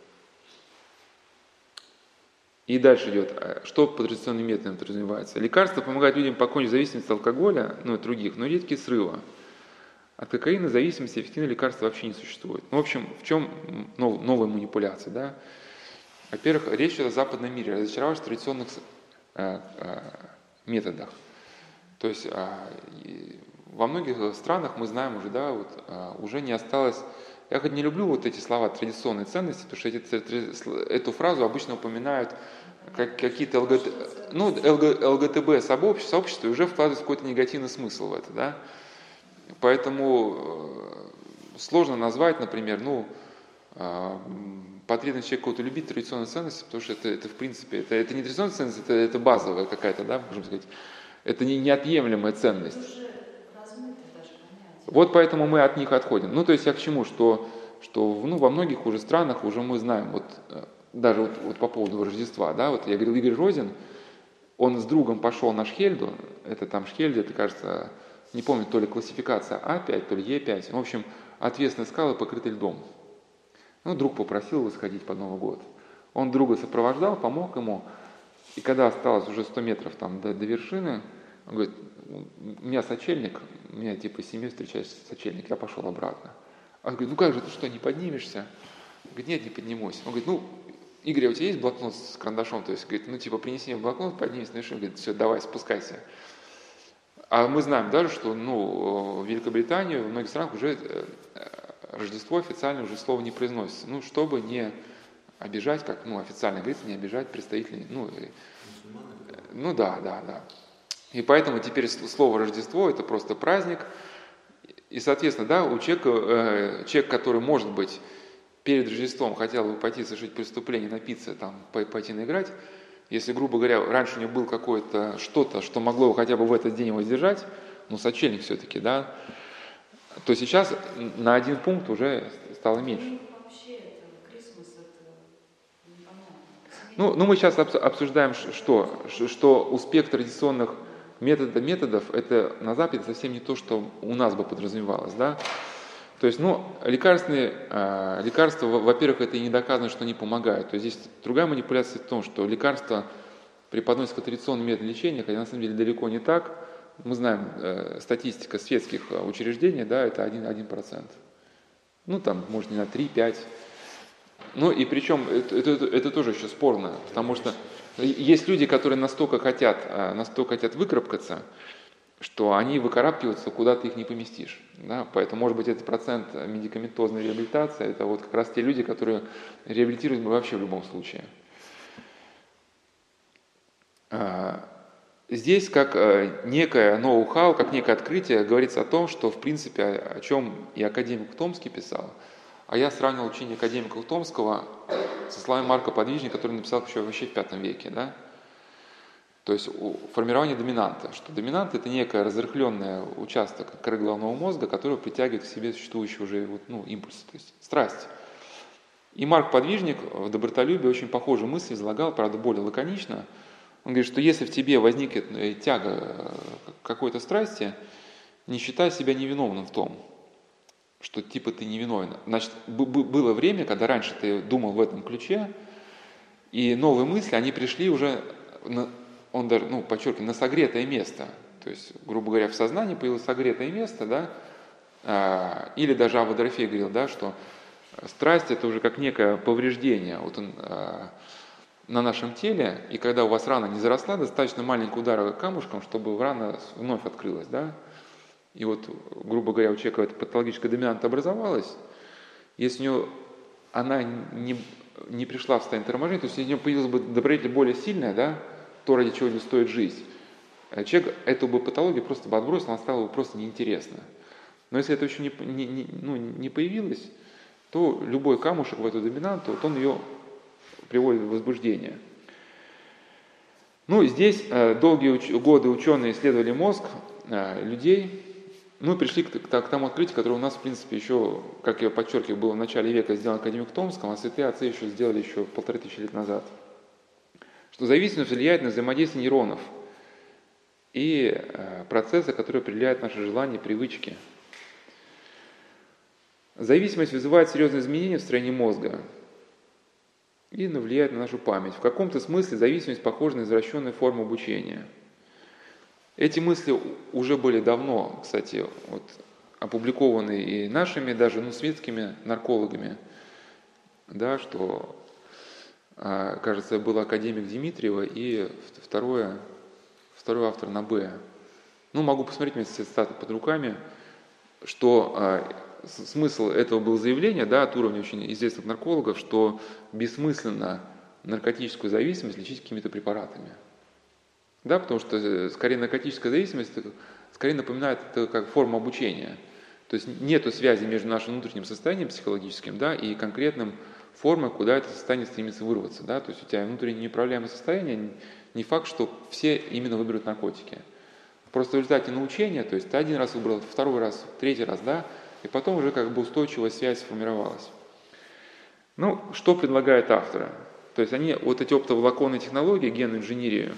И дальше идет, что по традиционным методам подразумевается. Лекарства помогают людям покончить зависимость от алкоголя, ну и других, но редкие срывы. От кокаина зависимости эффективного лекарства вообще не существует. Ну, в общем, в чем новая манипуляция, да? Во-первых, речь идет о западном мире, разочаровавшись в традиционных э, э, методах. То есть э, во многих странах мы знаем уже, да, вот, э, уже не осталось. Я хоть не люблю вот эти слова традиционные ценности, потому что эти, эту фразу обычно упоминают как какие-то ЛГТ, ну, ЛГТБ сообщества, и уже вкладывают какой-то негативный смысл в это, да. Поэтому сложно назвать, например, ну, потребность человека кого-то любить традиционные ценности, потому что это, это в принципе, это, это не традиционная ценность, это, это базовая какая-то, да, можем сказать, это не неотъемлемая ценность. Вот поэтому мы от них отходим. Ну, то есть я к чему, что, что ну, во многих уже странах уже мы знаем, вот даже вот, вот по поводу Рождества, да, вот я говорил, Игорь Розин, он с другом пошел на Шхельду, это там Шхельда, это, кажется, не помню, то ли классификация А пять, то ли Е пять, в общем, отвесные скалы покрыты льдом. Ну, друг попросил его сходить под Новый год. Он друга сопровождал, помог ему, и когда осталось уже сто метров там до, до вершины, он говорит, у меня сочельник, у меня типа с семьей встречается сочельник, я пошел обратно. Он говорит, ну как же, ты что, не поднимешься? Он говорит, нет, не поднимусь. Он говорит, ну, Игорь, а у тебя есть блокнот с карандашом? То есть, говорит, ну типа принеси мне блокнот, поднимись на вершину. Говорит, все, давай, спускайся. А мы знаем даже, что ну, в Великобритании, в многих странах уже Рождество официально уже слово не произносится. Ну, чтобы не обижать, как ну, официально говорится, не обижать представителей. Ну, ну да, да, да. И поэтому теперь слово Рождество – это просто праздник. И, соответственно, да, у человека, э, человек, который, может быть, перед Рождеством хотел бы пойти совершить преступление, напиться, там, пойти наиграть, если, грубо говоря, раньше у него было какое-то что-то, что могло его хотя бы в этот день его сдержать, ну, сочельник все-таки, да, то сейчас на один пункт уже стало меньше. Ну, ну мы сейчас обсуждаем, что, что успех традиционных методов, методов это на Западе совсем не то, что у нас бы подразумевалось, да. То есть, ну, лекарственные, э, лекарства, во-первых, это и не доказано, что они помогают. То есть здесь другая манипуляция в том, что лекарства преподносят как традиционный метод лечения, хотя на самом деле далеко не так. Мы знаем, э, статистика светских учреждений, да, это один процент. Ну, там, может, не на три-пять. Ну, и причем это, это, это тоже еще спорно, потому что есть люди, которые настолько хотят, настолько хотят выкарабкаться, что они выкарабкиваются, куда ты их не поместишь. Да? Поэтому, может быть, этот процент медикаментозной реабилитации, это вот как раз те люди, которые реабилитируют вообще в любом случае. Здесь, как некое ноу-хау, как некое открытие, говорится о том, что, в принципе, о чем и академик Томский писал, а я сравнивал учение академика Томского со словами Марка Подвижника, который написал еще вообще в пятом веке. Да? То есть формирование доминанта. Что доминант – это некая разрыхленная участок коры головного мозга, который притягивает к себе существующий уже вот, ну, импульс, то есть страсть. И Марк Подвижник в «Добротолюбии» очень похожую мысль излагал, правда, более лаконично, Он говорит, что если в тебе возникнет тяга к какой-то страсти, не считай себя невиновным в том, что типа ты невиновен. Значит, было время, когда раньше ты думал в этом ключе, и новые мысли, они пришли уже, на, он даже, ну, подчеркиваю, на согретое место. То есть, грубо говоря, в сознании появилось согретое место, да, а, или даже Ава Дорофей говорил, да, что страсть – это уже как некое повреждение вот он, а, на нашем теле, и когда у вас рана не заросла, достаточно маленького удара камушком, чтобы рана вновь открылась, да. И вот, грубо говоря, у человека эта патологическая доминанта образовалась, если у него она не, не пришла в состояние торможения, то есть если у него появилась бы добродетель более сильная, да, то, ради чего не стоит жизнь, человек эту бы патологию просто бы отбросил, она стала бы просто неинтересна. Но если это еще не, не, не, ну, не появилось, то любой камушек в эту доминанту, вот он ее приводит в возбуждение. Ну, здесь э, долгие уч- годы ученые исследовали мозг э, людей, ну и пришли к, к, к тому открытию, которое у нас, в принципе, еще, как я подчеркиваю, было в начале века сделано академик Томском, а святые отцы еще сделали еще полторы тысячи лет назад, что зависимость влияет на взаимодействие нейронов и э, процессы, которые определяют наши желания и привычки. Зависимость вызывает серьезные изменения в строении мозга и влияет на нашу память. В каком-то смысле зависимость похожа на извращенную форму обучения. Эти мысли уже были давно, кстати, вот, опубликованы и нашими, даже ну, светскими наркологами, да, что, кажется, был академик Дмитриева и второе, второй автор на Б. Ну, могу посмотреть, у меня цитаты под руками, что смысл этого был заявление, да, от уровня очень известных наркологов, что бессмысленно наркотическую зависимость лечить какими-то препаратами. Да, потому что скорее наркотическая зависимость скорее напоминает это как форму обучения. То есть нет связи между нашим внутренним состоянием психологическим, да, и конкретным формой, куда это состояние стремится вырваться. Да. То есть у тебя внутреннее неуправляемое состояние, не факт, что все именно выберут наркотики. Просто в результате научения, то есть ты один раз выбрал, второй раз, третий раз, да, и потом уже как бы устойчивая связь сформировалась. Ну, что предлагают авторы? То есть они вот эти оптоволоконные технологии, генную инженерию,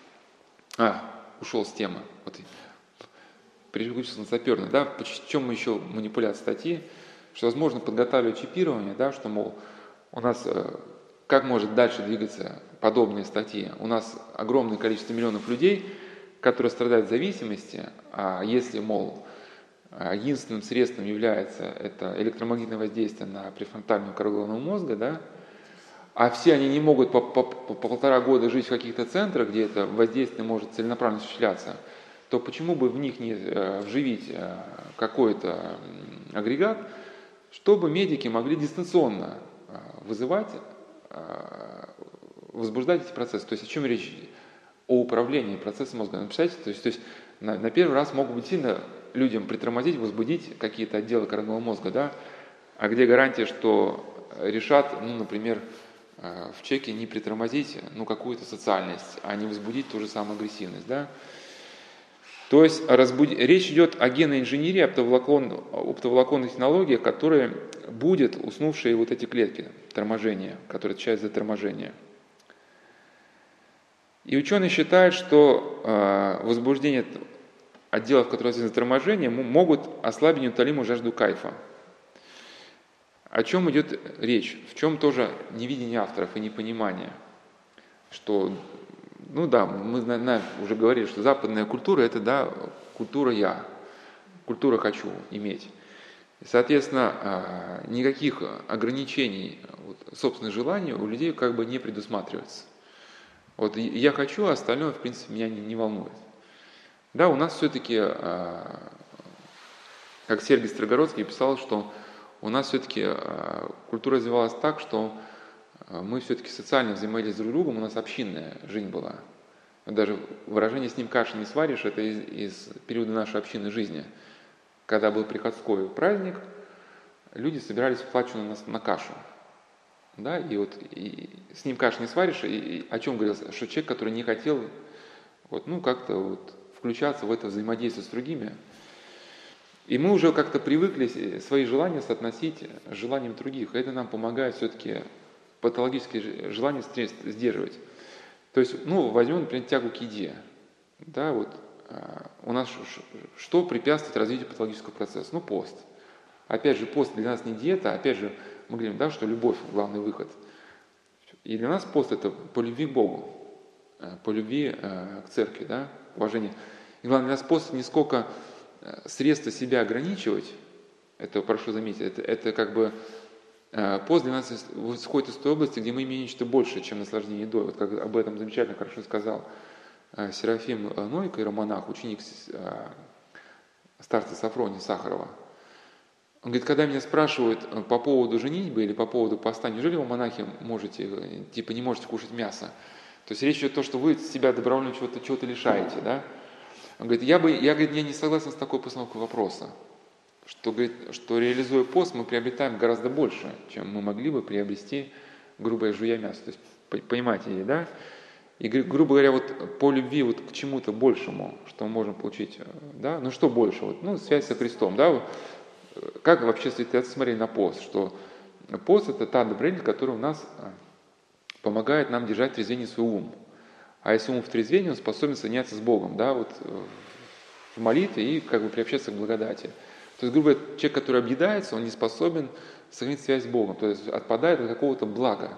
а, ушел с темы, вот, переключился на саперный, да, в чем мы еще манипуляция статьи, что возможно подготавливать чипирование, да, что, мол, у нас, как может дальше двигаться подобные статьи? У нас огромное количество миллионов людей, которые страдают от зависимости, а если, мол, единственным средством является это электромагнитное воздействие на префронтальную кору головного мозга, да, а все они не могут по, по, по полтора года жить в каких-то центрах, где это воздействие может целенаправленно осуществляться, то почему бы в них не вживить какой-то агрегат, чтобы медики могли дистанционно вызывать, возбуждать эти процессы. То есть о чем речь? О управлении процессом мозга. Представляете, то есть, то есть на, на первый раз могут быть сильно людям притормозить, возбудить какие-то отделы коронного мозга, да, а где гарантия, что решат, ну, например, в человеке не притормозить, ну, какую-то социальность, а не возбудить ту же самую агрессивность, да. То есть разбуд... речь идет о генной инженерии, оптоволокон... оптоволоконных технологиях, которые будут уснувшие вот эти клетки торможения, которые отвечают за торможение. И ученые считают, что э, возбуждение отделов, которые связаны с торможением, могут ослабить неутолимую жажду кайфа. О чем идет речь? В чем тоже невидение авторов и непонимание? Что, ну да, мы знаем, уже говорили, что западная культура – это, да, культура «я», культура «хочу иметь». И, соответственно, никаких ограничений вот, собственных желаний у людей как бы не предусматривается. Вот я хочу, а остальное, в принципе, меня не, не волнует. Да, у нас все-таки, как Сергий Строгородский писал, что у нас все-таки культура развивалась так, что мы все-таки социально взаимодействовали друг с другом, у нас общинная жизнь была. Даже выражение «с ним каши не сваришь» – это из, из периода нашей общинной жизни. Когда был приходской праздник, люди собирались вплачивать на, на кашу. Да, и вот и с ним каши не сваришь, и, и о чем говорилось, что человек, который не хотел вот, ну, как-то вот включаться в это взаимодействие с другими, и мы уже как-то привыкли свои желания соотносить с желанием других, и это нам помогает все-таки патологические желания сдерживать. То есть, ну, возьмем, например, тягу к еде. Да, вот у нас что препятствует развитию патологического процесса? Ну, пост. Опять же, пост для нас не диета, опять же, мы говорим, да, что любовь – главный выход. И для нас пост – это по любви к Богу, по любви к церкви, да, уважение. И главное, для нас пост не сколько средства себя ограничивать, это, прошу заметить, это, это как бы пост для нас исходит из той области, где мы имеем нечто большее, чем наслаждение едой. Вот как об этом замечательно хорошо сказал Серафим Нойко, иеромонах, ученик старца Сафрония Сахарова. Он говорит, когда меня спрашивают по поводу женитьбы или по поводу поста, неужели вы, монахи, можете, типа, не можете кушать мясо? То есть речь идет о том, что вы себя добровольно чего-то, чего-то лишаете, да? Он говорит, я, бы, я, говорит, я не согласен с такой постановкой вопроса, что, говорит, что реализуя пост, мы приобретаем гораздо больше, чем мы могли бы приобрести, грубо жуя мясо. То есть, понимаете, да? И, грубо говоря, вот по любви вот к чему-то большему, что мы можем получить, да? Ну что больше? Вот, ну, связь со Христом, да? Как вообще святые отцы смотрели на пост, что пост – это та добродетель, которая у нас помогает нам держать в трезвении свой ум. А если ум в трезвении, он способен соединяться с Богом, да, вот в молитве и как бы приобщаться к благодати. То есть, грубо говоря, человек, который объедается, он не способен сохранить связь с Богом, то есть отпадает от какого-то блага.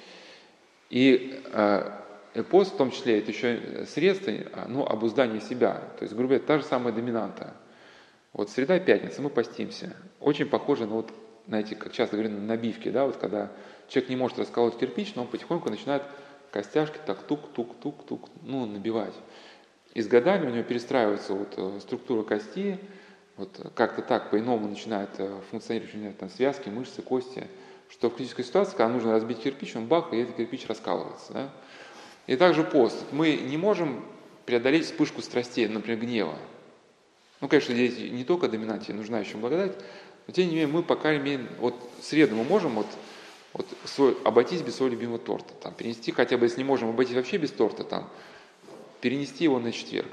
И э, пост в том числе это еще средство, ну, обуздания себя. То есть, грубо говоря, та же самая доминанта. Вот среда и пятница, мы постимся. Очень похоже на, вот, знаете, как часто говорят, на набивки, да, вот когда человек не может расколоть кирпич, но он потихоньку начинает костяшки так тук-тук-тук-тук, ну, набивать. И с годами у него перестраивается вот структура кости, вот как-то так по-иному начинает функционировать, начинают там связки, мышцы, кости, что в критической ситуации, когда нужно разбить кирпич, он бах, и этот кирпич раскалывается, да. И также пост. Мы не можем преодолеть вспышку страстей, например, гнева. Ну, конечно, здесь не только доминанте нужна еще благодать, но тем не менее мы пока имеем, вот в среду мы можем вот, вот свой, обойтись без своего любимого торта, там, перенести, хотя бы если не можем обойтись вообще без торта, там, перенести его на четверг.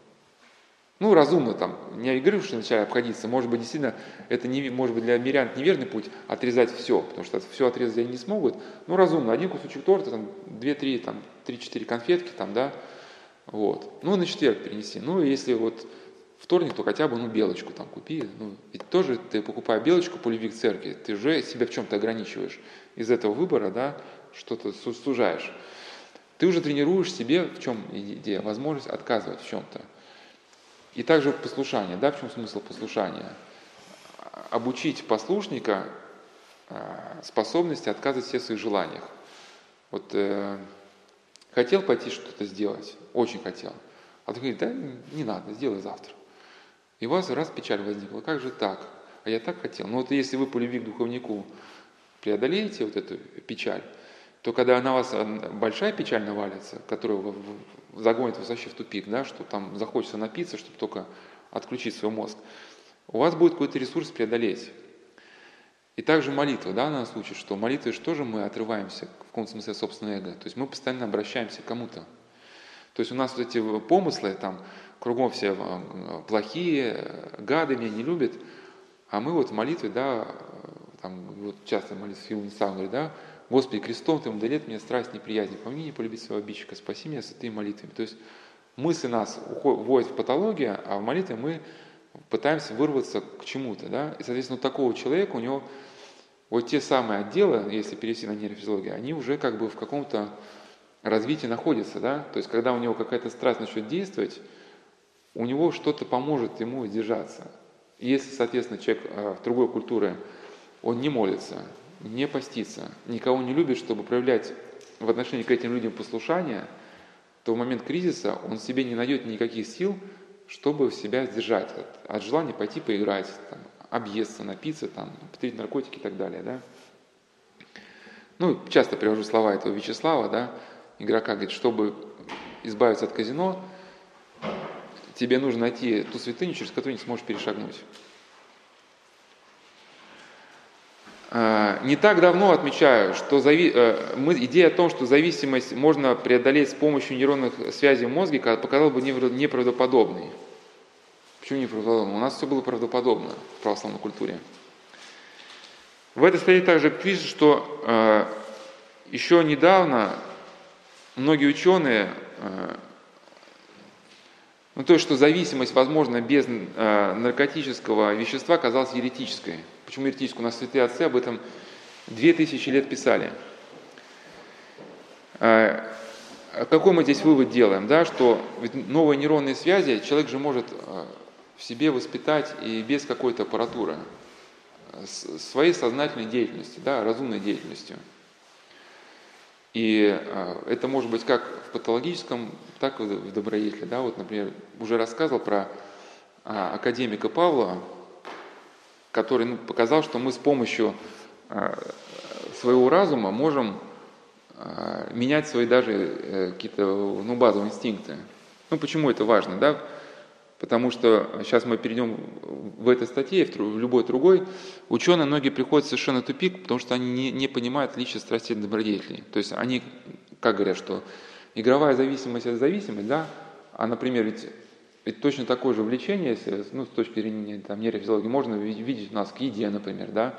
Ну, разумно, там, не говорю, что вначале обходиться, может быть, действительно, это не, может быть для мирян неверный путь отрезать все, потому что все отрезать они не смогут, ну, разумно, один кусочек торта, там, две-три, там, три-четыре конфетки, там, да, вот, ну, на четверг перенести, ну, если вот вторник, то хотя бы, ну, белочку там купи. Ну, ведь тоже ты, покупая белочку по любви к церкви, ты же себя в чем-то ограничиваешь. Из этого выбора, да, что-то сужаешь. Ты уже тренируешь себе, в чем идея, возможность отказывать в чем-то. И также послушание, да, в чем смысл послушания? Обучить послушника способности отказывать всех своих желаниях. Вот э, хотел пойти что-то сделать, очень хотел. А ты говоришь, да, не надо, сделай завтра. И у вас раз печаль возникла, как же так? А я так хотел. Ну вот если вы по любви к духовнику преодолеете вот эту печаль, то когда на вас большая печаль навалится, которая загонит вас вообще в тупик, да, что там захочется напиться, чтобы только отключить свой мозг, у вас будет какой-то ресурс преодолеть. И также молитва, да, на случай, что молитвой же тоже мы отрываемся в каком-то смысле от собственного эго. То есть мы постоянно обращаемся к кому-то. То есть у нас вот эти помыслы, там, кругом все плохие, гады меня не любят, а мы вот в молитве, да, там, вот часто молитва Филин сам говорит, да, Господи, крестом Ты удалит мне страсть неприязни, помоги не полюбить своего обидчика, спаси меня святыми молитвами. То есть мысли нас вводят в патологию, а в молитве мы пытаемся вырваться к чему-то, да, и, соответственно, у такого человека, у него вот те самые отделы, если перевести на нейрофизиологию, они уже как бы в каком-то развитии находятся, да, то есть когда у него какая-то страсть начнет действовать, у него что-то поможет ему сдержаться. И если, соответственно, человек в другой культуре, он не молится, не постится, никого не любит, чтобы проявлять в отношении к этим людям послушание, то в момент кризиса он себе не найдет никаких сил, чтобы себя сдержать от, от желания пойти поиграть, там, объесться, напиться, там, употребить наркотики и так далее. Да? Ну, часто привожу слова этого Вячеслава, да, игрока, говорит, чтобы избавиться от казино, тебе нужно найти ту святыню, через которую не сможешь перешагнуть. Не так давно отмечаю, что зави... мы... идея о том, что зависимость можно преодолеть с помощью нейронных связей в мозге, показалась бы неправдоподобной. Почему неправдоподобно? У нас все было правдоподобно в православной культуре. В этой статье также пишет, что э, еще недавно многие ученые, ну, то, что зависимость возможна без наркотического вещества, казалась еретической. Почему еретической? У нас святые отцы об этом две тысячи лет писали. Какой мы здесь вывод делаем? Да, что новые нейронные связи человек же может в себе воспитать и без какой-то аппаратуры, своей сознательной деятельностью, да, разумной деятельностью. И это может быть как в патологическом, так и в добродетели. Да? Вот, например, уже рассказывал про академика Павлова, который ну, показал, что мы с помощью своего разума можем менять свои даже какие-то ну, базовые инстинкты. Ну, почему это важно? Да? Потому что сейчас мы перейдем в этой статье, в любой другой, ученые многие приходят в совершенно тупик, потому что они не, не понимают отличия страстей от добродетелей. То есть они, как говорят, что игровая зависимость – это зависимость, да? А, например, ведь, ведь точно такое же влечение, если, ну, с точки зрения там, нейрофизиологии, можно видеть у нас к еде, например, да?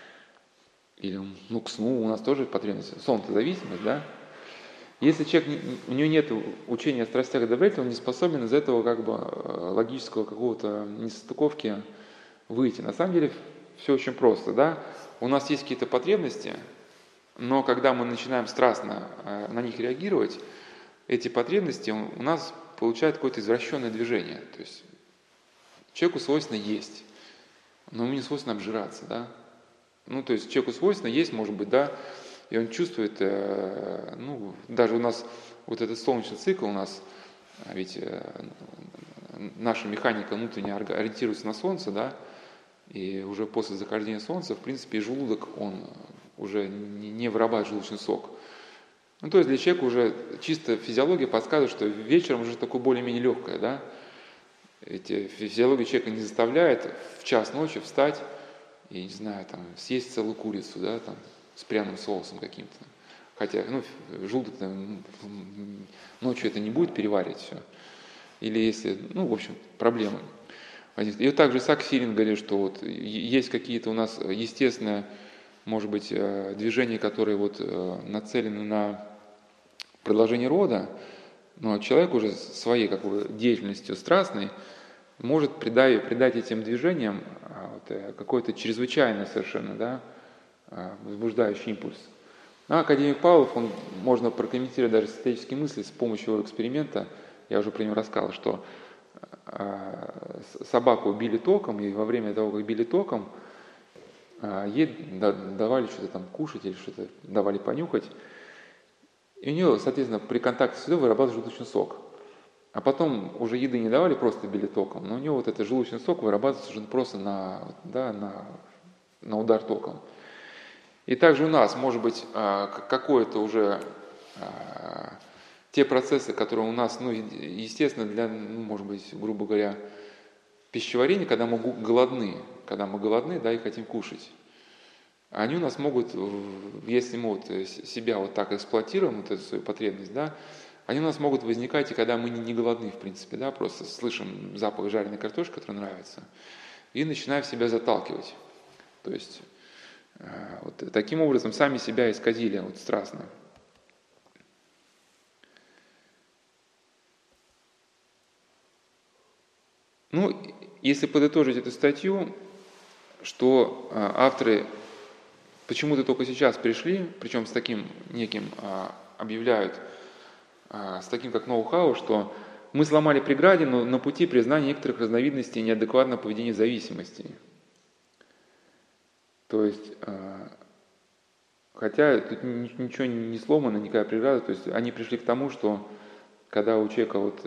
Или ну, к сну, у нас тоже потребность. Сон-то зависимость, да? Если человек, у него нет учения о страстях и добродетели, он не способен из этого как бы логического какого-то несостыковки выйти. На самом деле все очень просто, да? У нас есть какие-то потребности, но когда мы начинаем страстно на них реагировать, эти потребности у нас получают какое-то извращенное движение. То есть человеку свойственно есть, но ему не свойственно обжираться, да? Ну, то есть человеку свойственно есть, может быть, да, и он чувствует, ну, даже у нас вот этот солнечный цикл у нас, ведь наша механика внутренне ориентируется на Солнце, да, и уже после захождения Солнца, в принципе, и желудок, он уже не вырабатывает желудочный сок. Ну, то есть для человека уже чисто физиология подсказывает, что вечером уже такое более-менее легкое, да. Ведь физиология человека не заставляет в час ночи встать и, не знаю, там, съесть целую курицу, да, там, с пряным соусом каким-то. Хотя, ну, желудок ночью это не будет переваривать все. Или если, ну, в общем, проблемы. И вот также Исаак Сирин говорит, что вот есть какие-то у нас естественные, может быть, движения, которые вот нацелены на продолжение рода, но человек уже своей как бы деятельностью страстной может придать, придать этим движениям вот, какой-то чрезвычайно совершенно, да, возбуждающий импульс. А академик Павлов, он можно прокомментировать даже статические мысли с помощью его эксперимента. Я уже про него рассказал, что собаку били током, и во время того, как били током, ей давали что-то там кушать или что-то давали понюхать. И у нее, соответственно, при контакте с едой вырабатывался желудочный сок. А потом уже еды не давали, просто били током, но у нее вот этот желудочный сок вырабатывается уже просто на, да, на, на удар током. И также у нас, может быть, какое-то уже те процессы, которые у нас, ну, естественно, для, ну, может быть, грубо говоря, пищеварения, когда мы голодны, когда мы голодны, да, и хотим кушать, они у нас могут, если мы вот себя вот так эксплуатируем, вот эту свою потребность, да, они у нас могут возникать и когда мы не голодны, в принципе, да, просто слышим запах жареной картошки, который нравится, и начинаем себя заталкивать. То есть вот таким образом сами себя исказили вот страстно. Ну, если подытожить эту статью, что авторы почему-то только сейчас пришли, причем с таким неким объявляют, с таким как ноу-хау, что мы сломали преграде, но на пути признания некоторых разновидностей неадекватного поведения зависимости. То есть, хотя тут ничего не сломано, никакая преграда, то есть они пришли к тому, что когда у человека вот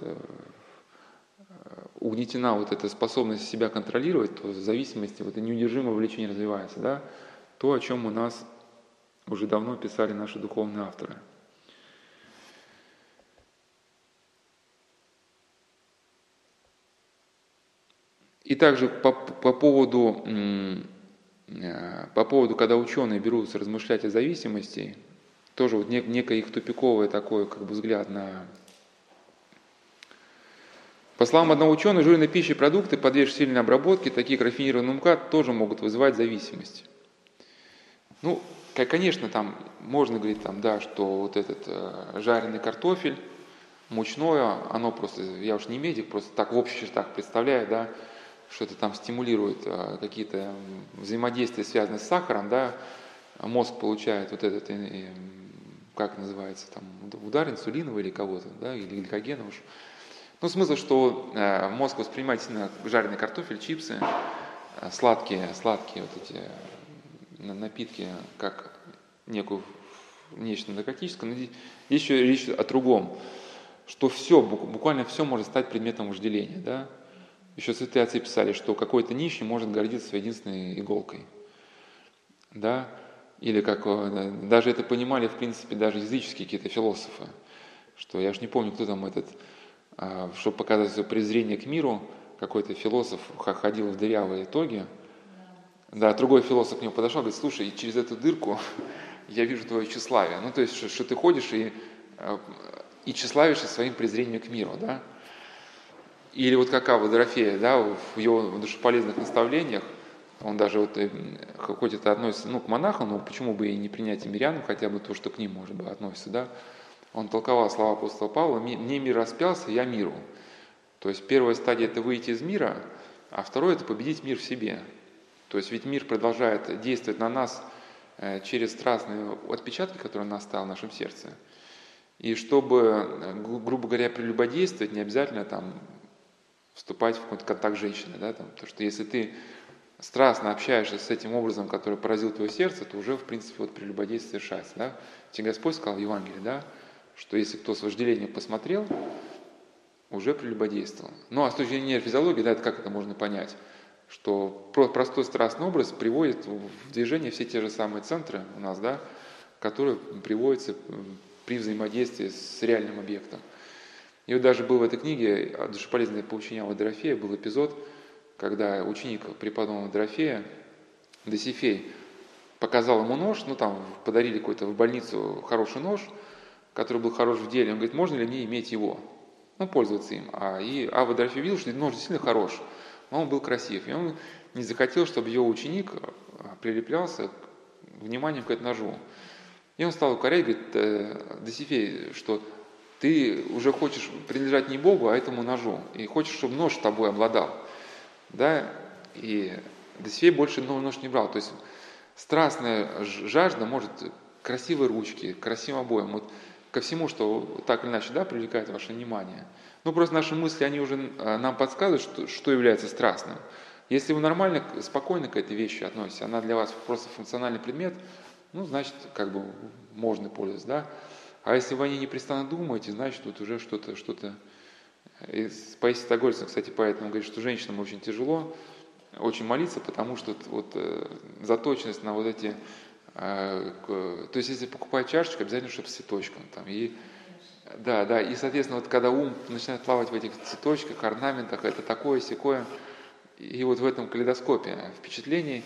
угнетена вот эта способность себя контролировать, то в зависимости вот это неудержимое влечение развивается, да, то, о чем у нас уже давно писали наши духовные авторы. И также по, по поводу По поводу, когда ученые берутся размышлять о зависимости, тоже вот некое их тупиковое такой как бы взгляд на... По словам одного ученого, жирные пищи и продукты, подвергшие сильной обработке, такие как рафинированный МКАД, тоже могут вызывать зависимость. Ну, конечно, там можно говорить, там, да, что вот этот э, жареный картофель, мучное, оно просто, я уж не медик, просто так в общих чертах представляю, да, что это там стимулирует э, какие-то взаимодействия, связанные с сахаром, да, мозг получает вот этот, э, как называется, там, удар инсулиновый или кого-то, да, или гликогена уж. Ну, смысл, что э, мозг воспринимает сильно жареный картофель, чипсы, э, сладкие, сладкие вот эти напитки, как некую, нечто наркотическое. Но здесь еще речь о другом, что все, буквально все может стать предметом вожделения. Да? Еще святые отцы писали, что какой-то нищий может гордиться своей единственной иголкой. Да? Или как даже это понимали, в принципе, даже языческие какие-то философы. Что я же не помню, кто там этот, чтобы показать свое презрение к миру, какой-то философ ходил в дырявые тоги. Да, другой философ к нему подошел, говорит: слушай, через эту дырку я вижу твое тщеславие. Ну, то есть, что, что ты ходишь и, и тщеславишься своим презрением к миру, да. Или вот как Авва Дорофея, да, в его душеполезных наставлениях, он даже вот, хоть это относится, ну, к монахам, но почему бы и не принять и мирянам, хотя бы то, что к ним, может быть, относится, да. Он толковал слова апостола Павла: «Мне мир распялся, я миру». То есть первая стадия – это выйти из мира, а второе – это победить мир в себе. То есть ведь мир продолжает действовать на нас через страстные отпечатки, которые он оставил в нашем сердце. И чтобы, грубо говоря, прелюбодействовать, не обязательно там вступать в какой-то контакт с женщиной. Да, там, потому что если ты страстно общаешься с этим образом, который поразил твое сердце, то уже, в принципе, вот прелюбодействие совершается. Да? Тебе Господь сказал в Евангелии, да, что если кто с вожделением посмотрел, уже прелюбодействовал. Ну а с точки зрения физиологии, да, это как это можно понять? Что простой страстный образ приводит в движение все те же самые центры у нас, да, которые приводятся при взаимодействии с реальным объектом. И вот даже был в этой книге «Душеполезное поучение Аввы Дорофея» был эпизод, когда ученик преподобного Дорофея, Досифей, показал ему нож, ну там подарили какой-то в больницу хороший нож, который был хорош в деле. Он говорит: можно ли мне иметь его? Ну, пользоваться им. А и Авва Дорофей видел, что нож действительно хорош. Он был красив, и он не захотел, чтобы его ученик прилеплялся вниманием к этому ножу. И он стал укорять, говорит: Досифей, что ты уже хочешь принадлежать не Богу, а этому ножу, и хочешь, чтобы нож тобой обладал. Да? И Досифей больше нож не брал. То есть страстная жажда может красивые ручки, красивым обоем, вот ко всему, что так или иначе, да, привлекает ваше внимание. Ну, просто наши мысли, они уже нам подсказывают, что, что является страстным. Если вы нормально, спокойно к этой вещи относитесь, она для вас просто функциональный предмет, ну, значит, как бы можно пользоваться, да. А если вы о ней непрестанно думаете, значит, тут уже что-то, что-то... Паисий Стогольцин, кстати, поэтому говорит, что женщинам очень тяжело очень молиться, потому что вот э, заточенность на вот эти... Э, к, то есть, если покупать чашечку, обязательно, чтобы с цветочком там, и... Да, да, и, соответственно, вот когда ум начинает плавать в этих цветочках, орнаментах, это такое, сякое, и вот в этом калейдоскопе впечатлений.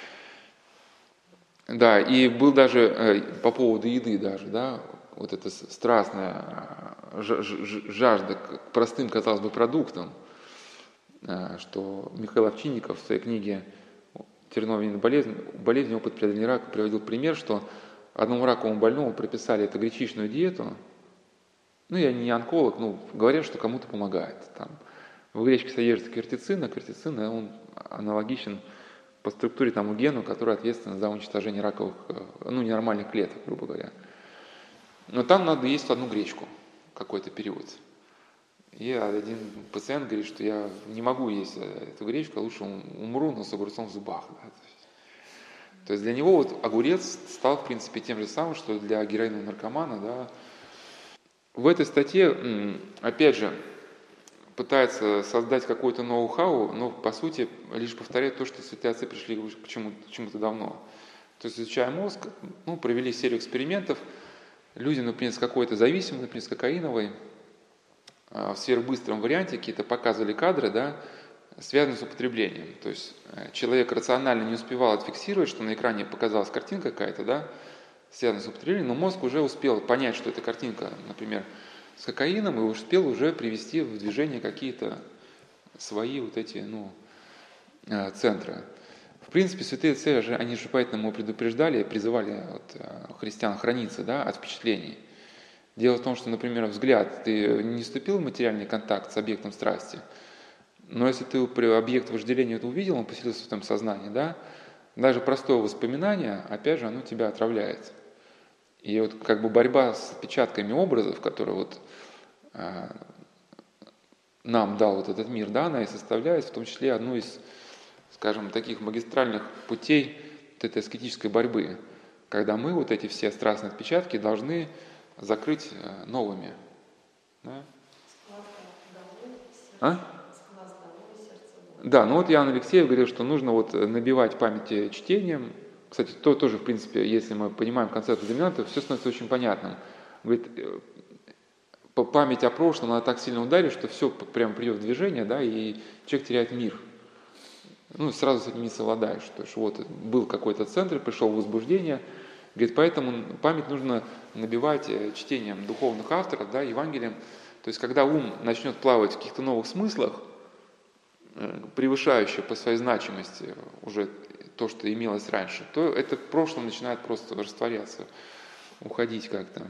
Да, и был даже э, по поводу еды даже, да, вот эта страстная жажда к простым, казалось бы, продуктам, э, что Михаил Овчинников в своей книге «Терновая болезнь, болезнь, опыт преодоления рака» приводил пример, что одному раковому больному прописали эту гречичную диету. Ну, я не онколог, но говорят, что кому-то помогает. Там в гречке содержится кертицин, а кертицин, он аналогичен по структуре тому гену, который ответственен за уничтожение раковых, ну, ненормальных клеток, грубо говоря. Но там надо есть одну гречку какой-то период. И один пациент говорит, что я не могу есть эту гречку, а лучше умру, но с огурцом в зубах. Да? То есть для него вот огурец стал, в принципе, тем же самым, что для героинового наркомана, да. В этой статье, опять же, пытается создать какой-то ноу-хау, но, по сути, лишь повторяет то, что святые отцы пришли к чему-то давно. То есть, изучая мозг, ну, провели серию экспериментов, люди, например, с какой-то зависимой, например, с кокаиновой, в сверхбыстром варианте какие-то показывали кадры, да, связанные с употреблением. То есть, человек рационально не успевал отфиксировать, что на экране показалась картинка какая-то, да, связанная с употреблением, но мозг уже успел понять, что эта картинка, например, с кокаином, и успел уже привести в движение какие-то свои вот эти, ну, центры. В принципе, святые отцы, же, они же поэтому предупреждали, призывали вот, христиан храниться, да, от впечатлений. Дело в том, что, например, взгляд, ты не вступил в материальный контакт с объектом страсти, но если ты объект вожделения это увидел, он поселился в твоем сознании, да, даже простое воспоминание, опять же, оно тебя отравляет. И вот как бы борьба с отпечатками образов, которые вот а, нам дал вот этот мир, да, она и составляет в том числе одну из, скажем, таких магистральных путей вот этой аскетической борьбы, когда мы вот эти все страстные отпечатки должны закрыть новыми. Да? А? Да, ну вот Иоанн Алексеев говорил, что нужно вот набивать память чтением. Кстати, то тоже, в принципе, если мы понимаем концепцию доминанта, все становится очень понятным. Говорит, память о прошлом, она так сильно ударит, что все прямо придет в движение, да, и человек теряет мир. Ну, сразу с этим не совладаешь. То есть вот был какой-то центр, пришел в возбуждение. Говорит, поэтому память нужно набивать чтением духовных авторов, да, Евангелием. То есть, когда ум начнет плавать в каких-то новых смыслах, превышающее по своей значимости уже то, что имелось раньше, то это в прошлом начинает просто растворяться, уходить как-то.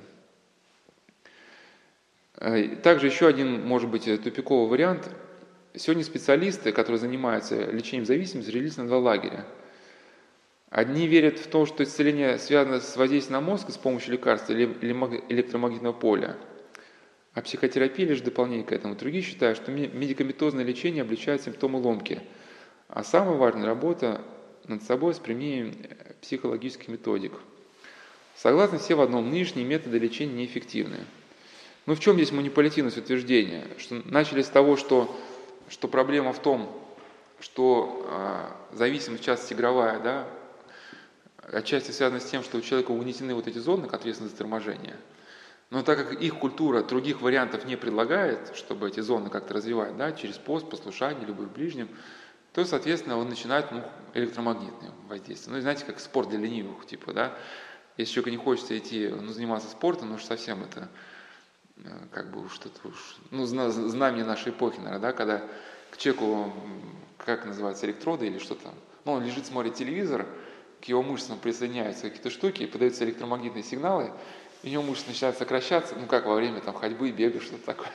Также еще один, может быть, тупиковый вариант. Сегодня специалисты, которые занимаются лечением зависимости, разделились на два лагеря. Одни верят в то, что исцеление связано с воздействием на мозг с помощью лекарств или электромагнитного поля, а психотерапия лишь дополнение к этому. Другие считают, что медикаментозное лечение облегчает симптомы ломки, а самая важная работа над собой с применением психологических методик. Согласны все в одном, нынешние методы лечения неэффективны. Ну в чем здесь манипулятивность утверждения? Что начали с того, что, что проблема в том, что э, зависимость, в частности игровая, да, отчасти связана с тем, что у человека угнетены вот эти зоны, ответственны за торможение. Но так как их культура других вариантов не предлагает, чтобы эти зоны как-то развивать, да, через пост, послушание, любовь к ближним, то, соответственно, он начинает ну, электромагнитное воздействие. Ну, и знаете, как спорт для ленивых, типа, да. Если человеку не хочется идти, ну, заниматься спортом, ну, уж совсем это, как бы, что-то уж, ну, знамение нашей эпохи, наверное, да, когда к человеку, как называется, электроды или что там, ну, он лежит, смотрит телевизор, к его мышцам присоединяются какие-то штуки, и подаются электромагнитные сигналы, и у него мышцы начинают сокращаться, ну, как во время там ходьбы, бега, что-то такое.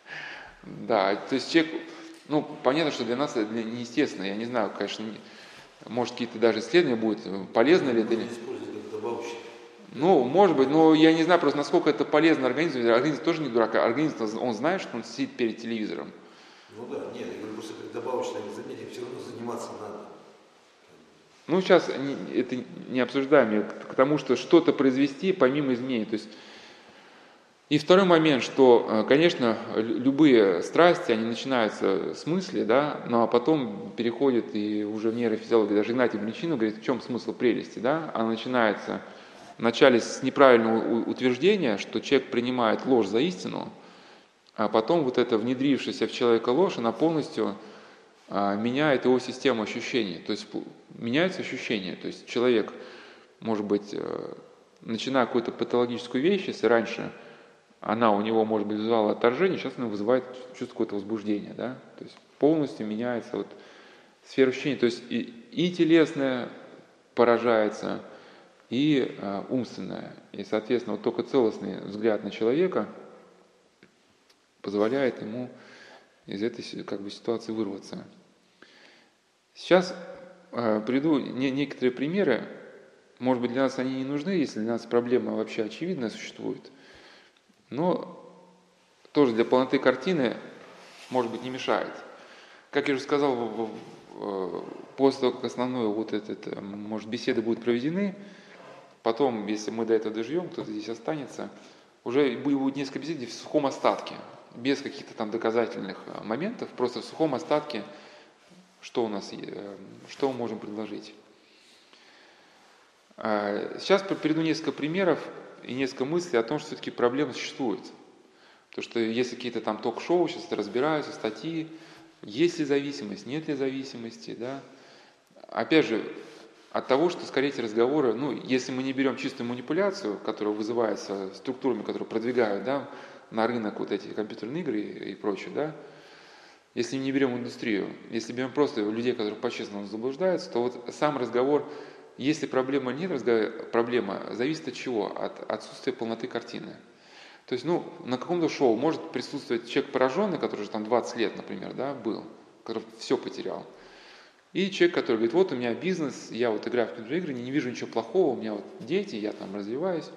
Да, то есть человек, ну, понятно, что для нас это неестественно, я не знаю, конечно, не, может, какие-то даже исследования будут, полезно ли это или... Ну, может быть, но я не знаю просто, насколько это полезно организму. Организм тоже не дурак, организм, он знает, что он сидит перед телевизором. Ну да, нет, я говорю, просто как добавочное занятие, все равно заниматься надо. Ну, сейчас это не обсуждаем, к тому, что что-то произвести помимо изменений. То есть... И второй момент, что, конечно, любые страсти, они начинаются с мысли, да, ну а потом переходят и уже в нейрофизиологию. Даже Игнатий Бринчанин говорит, в чем смысл прелести, да? Она начинается вначале с неправильного утверждения, что человек принимает ложь за истину, а потом вот эта внедрившаяся в человека ложь, она полностью а, меняет его систему ощущений. То есть меняется ощущение. То есть человек, может быть, начиная какую-то патологическую вещь, если раньше она у него, может быть, вызывала отторжение, сейчас она вызывает чувство какого-то возбуждения. Да? То есть полностью меняется вот сфера ощущений. То есть и, и телесное поражается, и э, умственное. И, соответственно, вот только целостный взгляд на человека позволяет ему из этой как бы, ситуации вырваться. Сейчас э, приведу не, некоторые примеры. Может быть, для нас они не нужны, если для нас проблема вообще очевидная существует. Но тоже для полноты картины, может быть, не мешает. Как я уже сказал, после того, как основное вот это, может, беседы будут проведены, потом, если мы до этого доживем, кто-то здесь останется, уже будет несколько бесед в сухом остатке, без каких-то там доказательных моментов, просто в сухом остатке, что у нас, что мы можем предложить. Сейчас приведу несколько примеров и несколько мыслей о том, что все-таки проблема существует. Потому что если какие-то там ток-шоу сейчас разбираются, статьи, есть ли зависимость, нет ли зависимости, да. Опять же, от того, что, скорее, эти разговоры, ну, если мы не берем чистую манипуляцию, которая вызывается структурами, которые продвигают, да, на рынок вот эти компьютерные игры и, и прочее, да, Если не берем индустрию, если берем просто людей, которые по-честному заблуждаются, то вот сам разговор, если проблема нет, разговор, проблема зависит от чего? От отсутствия полноты картины. То есть, ну, на каком-то шоу может присутствовать человек пораженный, который уже там двадцать лет, например, да, был, который все потерял. И человек, который говорит, вот у меня бизнес, я вот играю в компьютерные игры, не вижу ничего плохого, у меня вот дети, я там развиваюсь.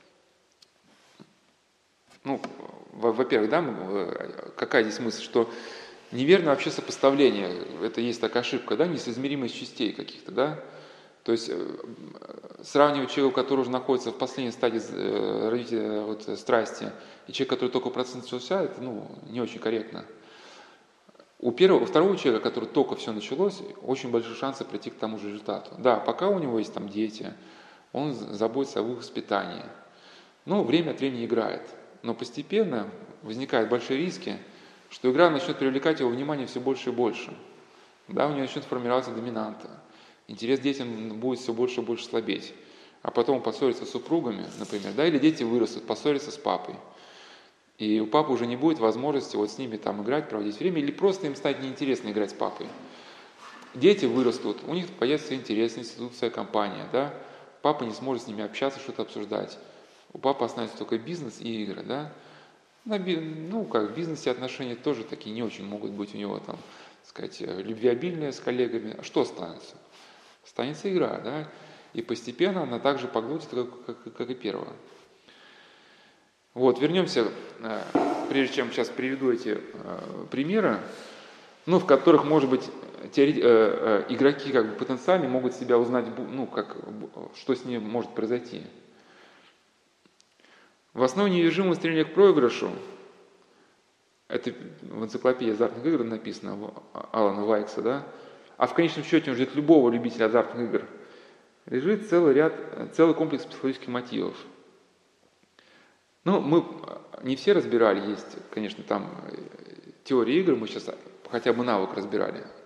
Ну, во-первых, да, какая здесь мысль, что неверно вообще сопоставление, это есть такая ошибка, да, несоизмеримость частей каких-то, да. То есть сравнивать человека, который уже находится в последней стадии развития вот, страсти, и человека, который только в процессе начался, это ну, не очень корректно. У, первого, у второго человека, который только все началось, очень большие шансы прийти к тому же результату. Да, пока у него есть там дети, он заботится об их воспитании. Ну, время от времени играет. Но постепенно возникают большие риски, что игра начнет привлекать его внимание все больше и больше. Да, у него начнет формироваться доминанта. Интерес к детям будет все больше и больше слабеть. А потом он поссорится с супругами, например, да, или дети вырастут, поссорятся с папой. И у папы уже не будет возможности вот с ними там играть, проводить время, или просто им станет неинтересно играть с папой. Дети вырастут, у них появится интерес, институт, своя компания, да. Папа не сможет с ними общаться, что-то обсуждать. У папы останется только бизнес и игры, да. Ну, как в бизнесе отношения тоже такие не очень могут быть у него там, так сказать, любвеобильные с коллегами. А что останется? Останется игра, да. И постепенно она также поглотит, как, как, как и первая. Вот, вернемся, прежде чем сейчас приведу эти примеры, ну, в которых, может быть, теори... игроки как бы потенциально могут себя узнать, ну, как, что с ним может произойти. В основе неудержимого стремления к проигрышу, это в энциклопедии азартных игр написано, Алана Вайкса, да, а в конечном счете он ждет любого любителя азартных игр, лежит целый ряд, целый комплекс психологических мотивов. Ну, мы не все разбирали, есть, конечно, там теории игр, мы сейчас хотя бы навык разбирали.